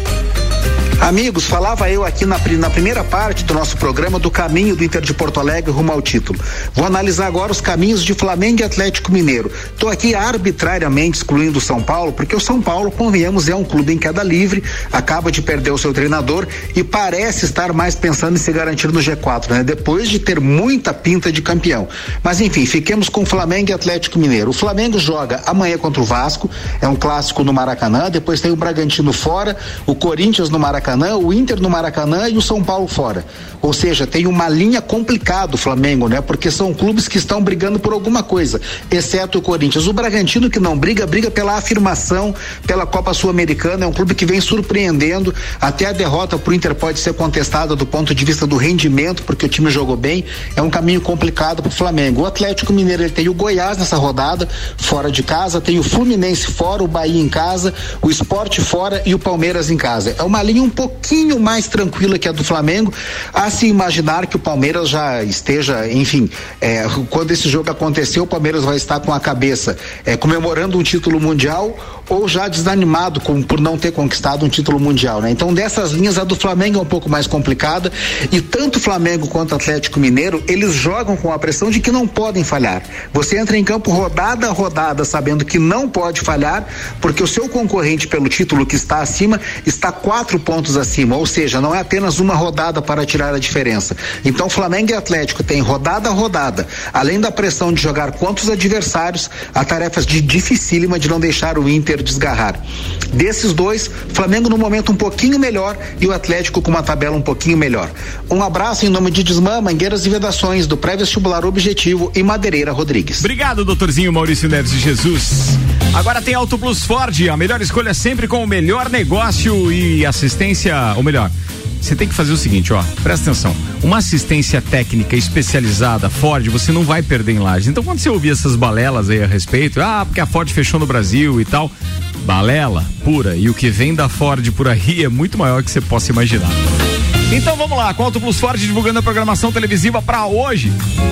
Amigos, falava eu aqui na primeira parte do nosso programa do caminho do Inter de Porto Alegre rumo ao título. Vou analisar agora os caminhos de Flamengo e Atlético Mineiro. Estou aqui arbitrariamente excluindo o São Paulo, porque o São Paulo, convenhamos, é um clube em queda livre, acaba de perder o seu treinador e parece estar mais pensando em se garantir no G4, né? Depois de ter muita pinta de campeão. Mas enfim, fiquemos com Flamengo e Atlético Mineiro. O Flamengo joga amanhã contra o Vasco, é um clássico no Maracanã, depois tem o Bragantino fora, o Corinthians no Maracanã, o Inter no Maracanã e o São Paulo fora. Ou seja, tem uma linha complicada o Flamengo, né? Porque são clubes que estão brigando por alguma coisa, exceto o Corinthians. O Bragantino, que não briga pela afirmação, pela Copa Sul-Americana, é um clube que vem surpreendendo. Até a derrota pro Inter pode ser contestada do ponto de vista do rendimento, porque o time jogou bem. É um caminho complicado pro Flamengo. O Atlético Mineiro, ele tem o Goiás nessa rodada, fora de casa, tem o Fluminense fora, o Bahia em casa, o Sport fora e o Palmeiras em casa. É uma linha um pouquinho mais tranquila que a do Flamengo, a se imaginar que o Palmeiras já esteja, enfim, quando esse jogo aconteceu, o Palmeiras vai estar com a cabeça comemorando um título mundial ou já desanimado por não ter conquistado um título mundial, né? Então, dessas linhas, a do Flamengo é um pouco mais complicada e tanto Flamengo quanto Atlético Mineiro, eles jogam com a pressão de que não podem falhar. Você entra em campo rodada a rodada sabendo que não pode falhar, porque o seu concorrente pelo título que está acima está 4 pontos acima, ou seja, não é apenas uma rodada para tirar a diferença. Então, Flamengo e Atlético têm rodada a rodada, além da pressão de jogar contra os adversários, a tarefa dificílima de não deixar o Inter Inter desgarrar. Desses dois, Flamengo no momento um pouquinho melhor e o Atlético com uma tabela um pouquinho melhor. Um abraço em nome de Desmã, Mangueiras e Vedações, do Pré-Vestibular Objetivo e Madeireira Rodrigues. Obrigado, doutorzinho Maurício Neves de Jesus. Agora tem Auto Plus Ford, a melhor escolha sempre com o melhor negócio e assistência, ou melhor, você tem que fazer o seguinte, ó, presta atenção, uma assistência técnica especializada Ford, você não vai perder em Lages. Então quando você ouvir essas balelas aí a respeito, porque a Ford fechou no Brasil e tal, balela pura, e o que vem da Ford por aí é muito maior que você possa imaginar. Então vamos lá, com Auto Plus Ford divulgando a programação televisiva para hoje.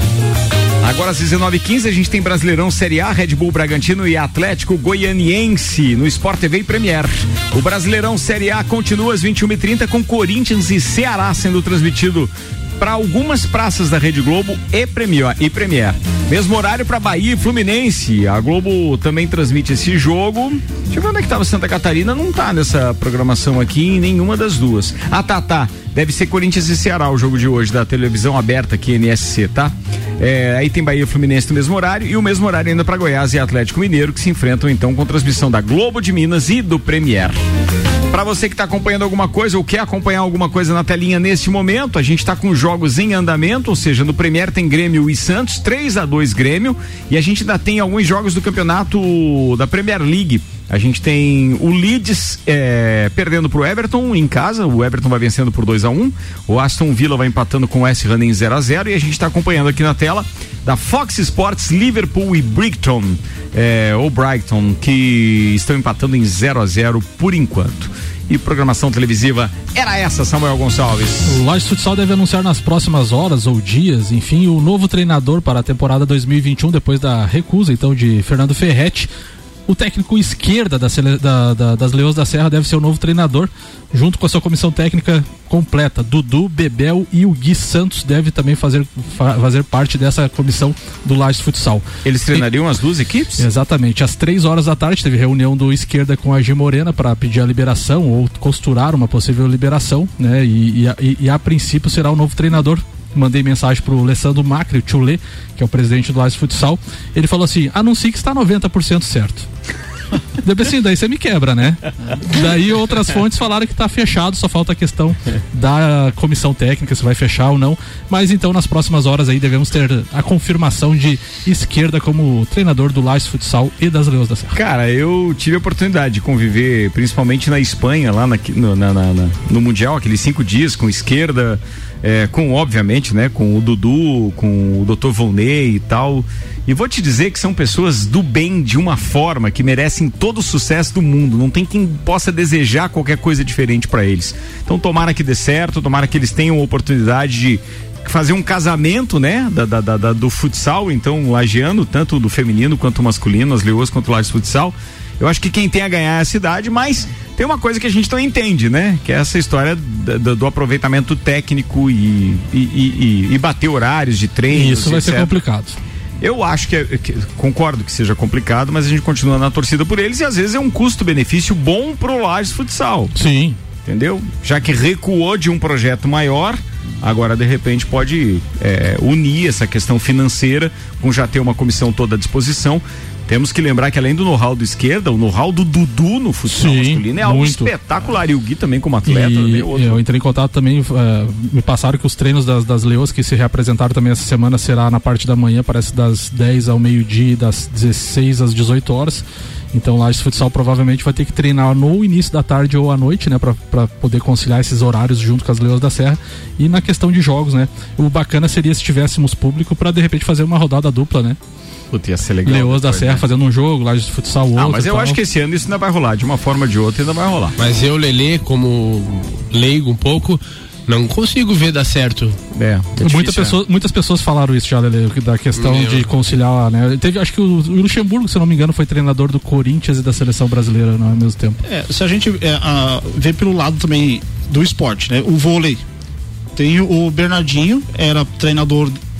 Agora às 19h15 a gente tem Brasileirão Série A, Red Bull Bragantino e Atlético Goianiense no Sport TV e Premier. O Brasileirão Série A continua às 21h30 com Corinthians e Ceará sendo transmitido para algumas praças da Rede Globo e Premier. Mesmo horário para Bahia e Fluminense. A Globo também transmite esse jogo. Deixa eu ver onde é que tava Santa Catarina, não tá nessa programação aqui em nenhuma das duas. Tá. Deve ser Corinthians e Ceará o jogo de hoje da televisão aberta aqui, NSC, tá? Aí tem Bahia e Fluminense no mesmo horário e o mesmo horário ainda para Goiás e Atlético Mineiro, que se enfrentam então com transmissão da Globo de Minas e do Premier. Para você que está acompanhando alguma coisa ou quer acompanhar alguma coisa na telinha neste momento, a gente está com jogos em andamento, ou seja, no Premier tem Grêmio e Santos, 3-2 Grêmio, e a gente ainda tem alguns jogos do campeonato da Premier League. A gente tem o Leeds perdendo pro Everton em casa, o Everton vai vencendo por 2-1, o Aston Villa vai empatando com o West Ham em 0-0, e a gente está acompanhando aqui na tela da Fox Sports, Liverpool e Brighton, ou Brighton, que estão empatando em 0-0 por enquanto. E programação televisiva era essa, Samuel Gonçalves. O Lages Futsal deve anunciar nas próximas horas ou dias, enfim, o novo treinador para a temporada 2021, depois da recusa então de Fernando Ferretti. O técnico esquerda das Leões da Serra deve ser o novo treinador, junto com a sua comissão técnica completa. Dudu, Bebel e o Gui Santos deve também fazer parte dessa comissão do Lages Futsal. Eles treinariam as duas equipes? Exatamente. Às 3h teve reunião do esquerda com a G Morena para pedir a liberação ou costurar uma possível liberação, né? E a princípio será o novo treinador. Mandei mensagem pro Alessandro Macri, o Tchulê, que é o presidente do Lages Futsal. Ele falou assim: anuncie que está 90% certo. Daí você me quebra, né? Daí outras fontes falaram que tá fechado, só falta a questão da comissão técnica, se vai fechar ou não. Mas então nas próximas horas aí devemos ter a confirmação de esquerda como treinador do Lages Futsal e das Leões da Serra. Cara, eu tive a oportunidade de conviver principalmente na Espanha, lá no Mundial, aqueles 5 dias com esquerda, com obviamente, né, com o Dudu, com o Dr. Volney e tal. E vou te dizer que são pessoas do bem de uma forma que merecem todo o sucesso do mundo. Não tem quem possa desejar qualquer coisa diferente para eles. Então tomara que dê certo, tomara que eles tenham a oportunidade de fazer um casamento, né, do futsal, então lagiano, tanto do feminino quanto do masculino, as Leoas quanto o Lages Futsal. Eu acho que quem tem a ganhar é a cidade, mas tem uma coisa que a gente não entende, né? Que é essa história do aproveitamento técnico e bater horários de treino. Isso vai ser complicado. Eu acho que concordo que seja complicado, mas a gente continua na torcida por eles e às vezes é um custo-benefício bom pro Lages Futsal. Sim. Entendeu? Já que recuou de um projeto maior, agora de repente pode unir essa questão financeira com já ter uma comissão toda à disposição. Temos que lembrar que além do know-how do esquerda, o know-how do Dudu no futsal masculino é algo espetacular, e o Gui também como atleta. Eu entrei em contato também, me passaram que os treinos das Leões que se reapresentaram também essa semana será na parte da manhã, parece das 10 ao meio-dia e das 16 às 18 horas. Então lá esse futsal provavelmente vai ter que treinar no início da tarde ou à noite, né, para poder conciliar esses horários junto com as Leões da Serra. E na questão de jogos, né, o bacana seria se tivéssemos público para de repente fazer uma rodada dupla, né? Puta, ia ser legal. Leões da Serra, né, fazendo um jogo, lá de futsal outro. Mas eu acho que esse ano isso ainda vai rolar, de uma forma ou de outra ainda vai rolar. Mas eu, Lelê, como leigo um pouco, não consigo ver dar certo. Muitas pessoas falaram isso já, Lelê, da questão de conciliar, né? Teve, acho que o Luxemburgo, se não me engano, foi treinador do Corinthians e da seleção brasileira, não é ao mesmo tempo. Se a gente vê pelo lado também do esporte, né? O vôlei. Tem o Bernardinho, era treinador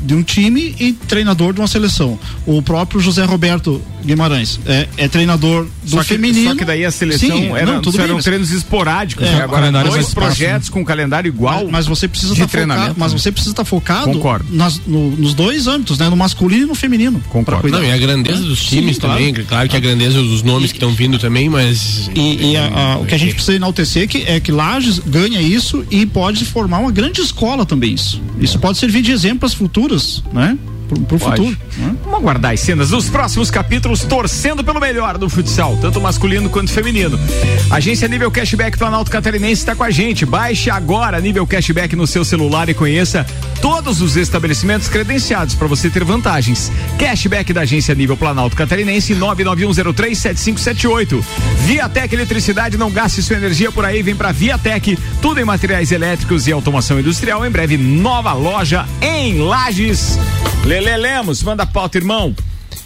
de um time e treinador de uma seleção. O próprio José Roberto Guimarães é treinador do feminino. Só que daí a seleção eram treinos esporádicos. Agora dois projetos com calendário igual. Mas você precisa estar focado Concordo. Nos dois âmbitos, né? No masculino e no feminino. Concordo. Não, e a grandeza dos times também, claro que a grandeza dos nomes que estão vindo também, mas... O que a gente precisa enaltecer é que Lages ganha isso e pode formar uma grande escola também isso. Isso pode servir de exemplo às futuras, né? Pro futuro. Né? Vamos aguardar as cenas dos próximos capítulos, torcendo pelo melhor do futsal, tanto masculino quanto feminino. Agência Nível Cashback Planalto Catarinense está com a gente. Baixe agora Nível Cashback no seu celular e conheça todos os estabelecimentos credenciados para você ter vantagens. Cashback da Agência Nível Planalto Catarinense 991037578. Viatec Eletricidade, não gaste sua energia por aí, vem pra Viatec, tudo em materiais elétricos e automação industrial. Em breve, nova loja em Lages. Lelê Lemos, manda a pauta, irmão.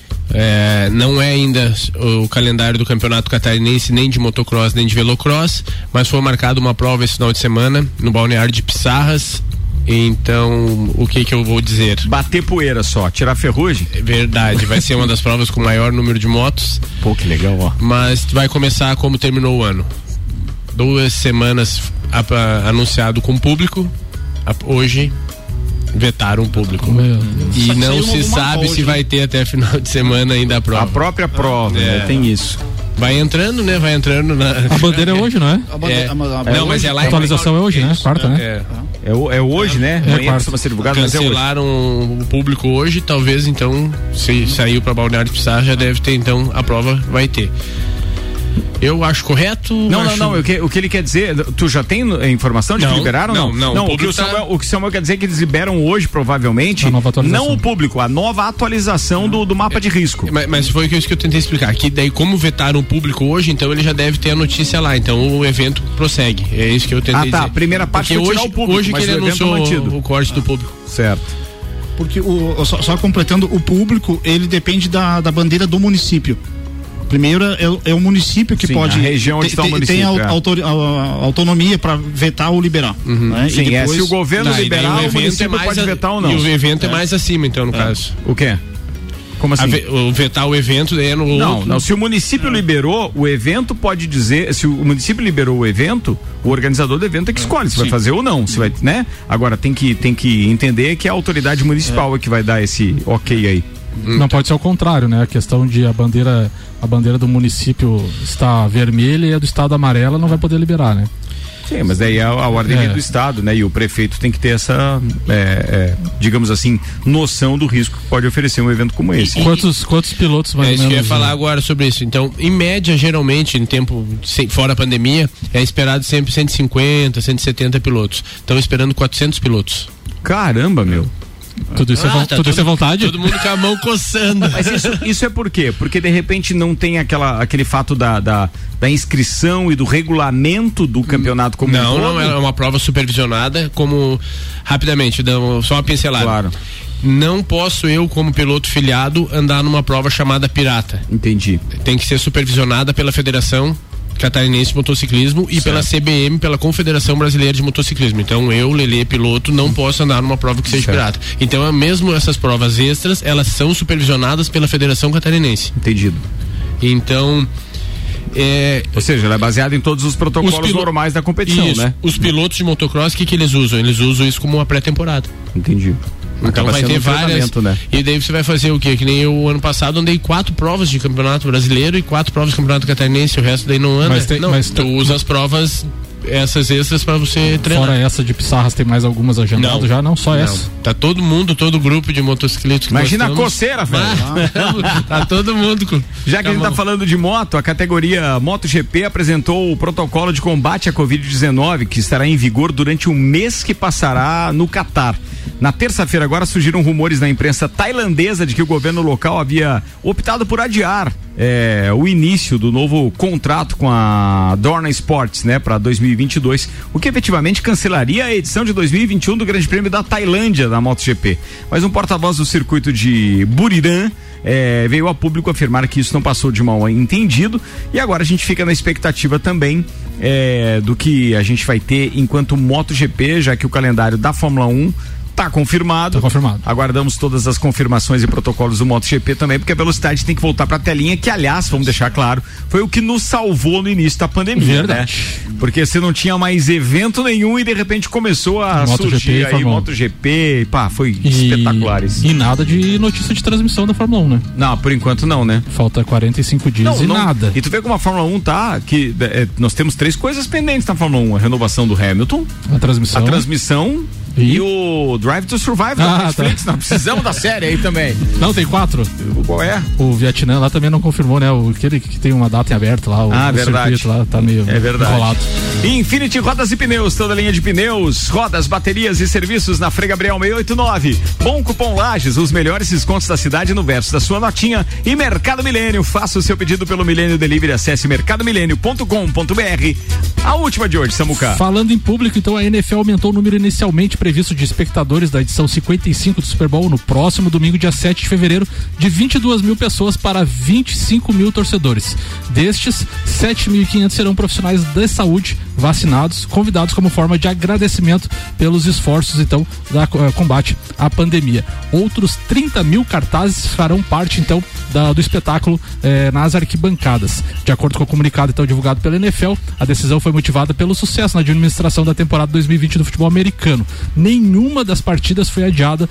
Não é ainda o calendário do Campeonato Catarinense, nem de motocross, nem de velocross, mas foi marcada uma prova esse final de semana no balneário de Pissarras. Então, o que eu vou dizer? Bater poeira só, tirar ferrugem? É verdade, vai ser uma das provas com maior número de motos. Pô, que legal, ó. Mas vai começar como terminou o ano. 2 semanas anunciado com público, hoje vetaram o público. E não se sabe se vai ter até final de semana ainda a prova. A própria prova, né? Tem isso. Vai entrando, né? Vai entrando na... A bandeira é hoje, não é? Não, mas é lá. A atualização é hoje, né? Quarta, né? É hoje, né? Amanhã costuma ser divulgado, cancelaram o público hoje, talvez então, se saiu pra Balneário de Pissarras, já deve ter, então, a prova vai ter. Eu acho correto. Não. O que ele quer dizer, tu já tem informação de que liberaram? Não. O que o Samuel quer dizer é que eles liberam hoje, provavelmente, não o público, a nova atualização do mapa de risco. Mas foi isso que eu tentei explicar, que daí como vetaram o público hoje, então ele já deve ter a notícia lá, então o evento prossegue. É isso que eu tentei dizer. A primeira parte foi tirar o público, hoje que ele anunciou o corte do público. Certo. Porque só completando, o público, ele depende da bandeira do município. Primeiro é o município que pode. A região onde está o município. Tem a autonomia para vetar ou liberar. Né? Sim, depois, se o governo liberar, o município pode vetar ou não. E o evento é mais acima, então, no caso. O quê? Como assim? Vetar o evento é no Não, se o município liberou, o evento pode dizer, se o município liberou o evento, o organizador do evento é que escolhe se vai fazer ou não, se vai, né? Agora tem que entender que a autoridade municipal é que vai dar esse ok aí. Não pode ser o contrário, né? A questão de a bandeira do município está vermelha e a do estado amarela não vai poder liberar, né? Sim, mas daí a ordem do estado, né? E o prefeito tem que ter essa, digamos assim, noção do risco que pode oferecer um evento como esse. Quantos pilotos mais ou menos? Eu ia falar agora sobre isso. Então, em média, geralmente, em tempo fora a pandemia, é esperado sempre 150, 170 pilotos. Estão esperando 400 pilotos. Caramba, meu. Tudo isso é vontade? Todo mundo com a mão coçando. Mas isso é por quê? Porque de repente não tem aquele fato da inscrição e do regulamento do campeonato como Não, é uma prova supervisionada, como rapidamente, só uma pincelada. Claro. Não posso eu, como piloto filiado, andar numa prova chamada pirata. Entendi. Tem que ser supervisionada pela Federação Catarinense de Motociclismo e pela CBM, pela Confederação Brasileira de Motociclismo. Então eu, Lelê, piloto, não posso andar numa prova que seja pirata. Então mesmo essas provas extras, elas são supervisionadas pela Federação Catarinense. Entendido. Então ou seja, ela é baseada em todos os protocolos normais da competição, né? Os pilotos de motocross, o que eles usam? Eles usam isso como uma pré-temporada. Entendi. Então vai ter várias, né? E daí você vai fazer o quê? Que nem eu ano passado andei 4 provas de campeonato brasileiro e 4 provas de campeonato catarinense, o resto daí não anda. Mas tu usa as provas, essas extras pra você treinar. Fora essa de Pissarras, tem mais algumas agendadas já? Não, só essa. Tá todo grupo de motociclistas. Imagina a coceira, velho. Tá todo mundo Já que a gente tá falando de moto, a categoria MotoGP apresentou o protocolo de combate à Covid-19 que estará em vigor durante o mês que passará no Catar. Na terça-feira agora surgiram rumores na imprensa tailandesa de que o governo local havia optado por adiar o início do novo contrato com a Dorna Sports, né, para 2022, o que efetivamente cancelaria a edição de 2021 do Grande Prêmio da Tailândia da MotoGP. Mas um porta-voz do circuito de Buriram veio a público afirmar que isso não passou de mal entendido, e agora a gente fica na expectativa também do que a gente vai ter enquanto MotoGP, já que o calendário da Fórmula 1 Tá confirmado. Tá confirmado. Aguardamos todas as confirmações e protocolos do MotoGP também, porque a velocidade tem que voltar pra telinha, que aliás, vamos deixar claro, foi o que nos salvou no início da pandemia. Verdade. Né? Porque você não tinha mais evento nenhum e de repente começou a surgir aí MotoGP, pá, foi espetacular isso. E nada de notícia de transmissão da Fórmula 1, né? Não, por enquanto não, né? Falta 45 dias nada. E tu vê como a Fórmula 1 tá, que nós temos 3 coisas pendentes na Fórmula 1, a renovação do Hamilton, a transmissão e o Drive to Survive da Netflix. Nós precisamos da série aí também. Não, tem 4. Qual é? O Vietnã lá também não confirmou, né? Aquele que tem uma data em aberto lá. O verdade. circuito lá tá meio enrolado. Infinity Rodas e Pneus, toda linha de pneus, rodas, baterias e serviços na Frei Gabriel 689. Bom Cupom Lages, os melhores descontos da cidade no verso da sua notinha. E Mercado Milênio, faça o seu pedido pelo Milênio Delivery, acesse mercadomilênio.com.br. A última de hoje, Samuca. Falando em público, então a NFL aumentou o número inicialmente previsto de espectadores da edição 55 do Super Bowl no próximo domingo, dia 7 de fevereiro, de 22 mil pessoas para 25 mil torcedores. Destes, 7.500 serão profissionais de saúde vacinados, convidados como forma de agradecimento pelos esforços, então, da combate à pandemia. Outros 30 mil cartazes farão parte, então, do espetáculo nas arquibancadas. De acordo com o comunicado, então, divulgado pela NFL, a decisão foi motivada pelo sucesso na administração da temporada 2020 do futebol americano. Nenhuma das partidas foi adiada,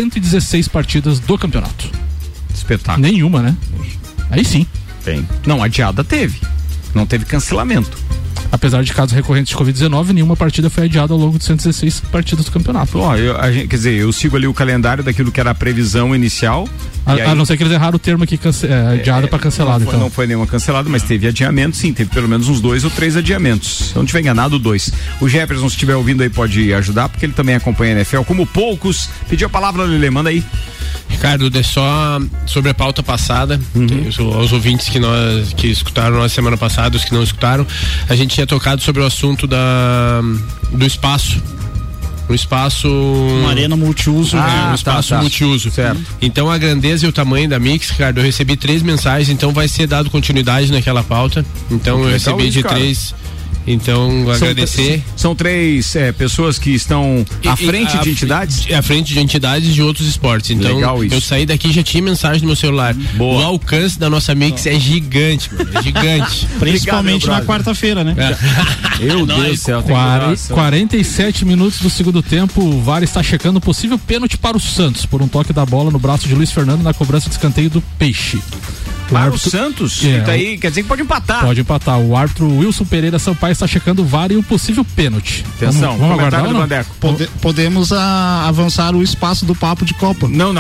116 partidas do campeonato. Espetáculo. Nenhuma, né? Aí sim. Tem. Não, adiada teve. Não teve cancelamento. Apesar de casos recorrentes de Covid-19, nenhuma partida foi adiada ao longo de 116 partidas do campeonato. Quer dizer, eu sigo ali o calendário daquilo que era a previsão inicial. A não ser que eles erraram o termo aqui, adiada para cancelado. Não foi nenhuma cancelada, mas teve adiamento, sim. Teve pelo menos uns 2 ou 3 adiamentos. Se eu não estiver enganado, 2. O Jefferson, se estiver ouvindo aí, pode ajudar, porque ele também acompanha a NFL, como poucos. Pediu a palavra, Lelê, manda aí. Ricardo, é só sobre a pauta passada, aos ouvintes que escutaram na semana passada, os que não escutaram, a gente tinha tocado sobre o assunto do espaço. Um espaço. Uma arena multiuso. Um espaço multiuso. Certo. Então a grandeza e o tamanho da Mix, Ricardo, eu recebi 3 mensagens, então vai ser dado continuidade naquela pauta. Então eu recebi de 3. Então, agradecer. São 3 pessoas que estão à frente de entidades? À frente de entidades de outros esportes. Então, eu saí daqui e já tinha mensagem no meu celular. Boa. O alcance da nossa Mix é gigante, mano. É gigante. Principalmente na quarta-feira, né? Meu Deus do céu. 47 minutos do segundo tempo, o VAR está checando o possível pênalti para o Santos, por um toque da bola no braço de Luiz Fernando na cobrança de escanteio do Peixe. Para o Santos? Daí quer dizer que pode empatar. Pode empatar. O árbitro Wilson Pereira Sampaio está checando o VAR e o possível pênalti. Atenção, vamos aguardar do Vandeco. Podemos avançar o espaço do papo de Copa. Não.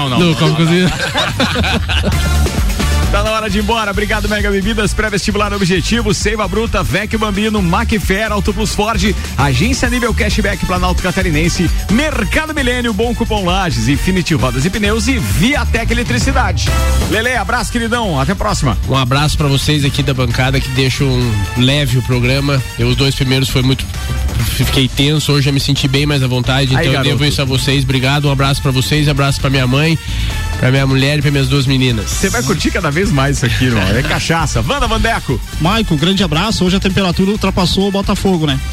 Tá na hora de ir embora. Obrigado, Mega Bebidas, pré-vestibular Objetivo, Seiva Bruta, Vecchio Bambino, Macfer, Auto Plus Ford, Agência Nível Cashback Planalto Catarinense, Mercado Milênio, Bom Cupom Lages, Infinity Rodas e Pneus e Viatec Eletricidade. Lele, abraço, queridão. Até a próxima. Um abraço pra vocês aqui da bancada que deixam leve o programa. Os 2 primeiros foi muito. Fiquei tenso, hoje já me senti bem mais à vontade, então eu devo isso a vocês. Obrigado, um abraço pra vocês, abraço pra minha mãe, pra minha mulher e pra minhas 2 meninas. Você vai curtir cada vez mais isso aqui, irmão. É cachaça. Wanda Vandeco. Maico, grande abraço. Hoje a temperatura ultrapassou o Botafogo, né?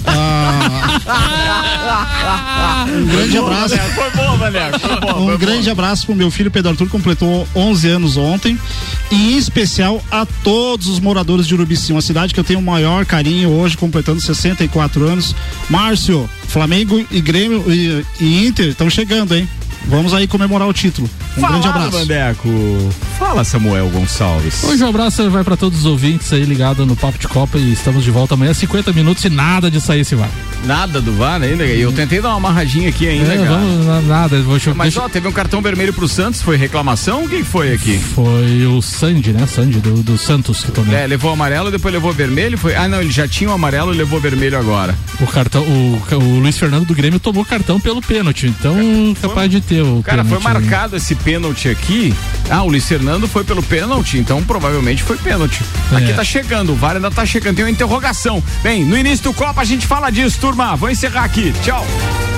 Um grande abraço. Foi bom, Vandeco. Um grande abraço pro meu filho Pedro Arthur, completou 11 anos ontem. E em especial a todos os moradores de Urubici, uma cidade que eu tenho o maior carinho hoje, completando 64 anos. Márcio, Flamengo e Grêmio e Inter estão chegando, hein? Vamos aí comemorar o título. Grande abraço. Vandeco. Fala, Samuel Gonçalves. Hoje o abraço vai para todos os ouvintes aí ligados no Papo de Copa e estamos de volta amanhã, 50 minutos e nada de sair esse VAR. Nada do VAR ainda? E eu tentei dar uma amarradinha aqui ainda, cara. Nada. Mas teve um cartão vermelho pro Santos, foi reclamação? O que foi aqui? Foi o Sandy, né? Sandy do Santos que tomou. Levou amarelo, depois levou vermelho, foi... Ah, não, ele já tinha o amarelo e levou vermelho agora. O cartão, o Luiz Fernando do Grêmio tomou cartão pelo pênalti, então capaz de ter o cara, pênalti. Foi marcado esse pênalti aqui. O Luiz Fernando foi pelo pênalti, então provavelmente foi pênalti. Aqui tá chegando, o VAR ainda tá chegando, tem uma interrogação. Bem, no início do Copa a gente fala disso, turma. Vou encerrar aqui. Tchau.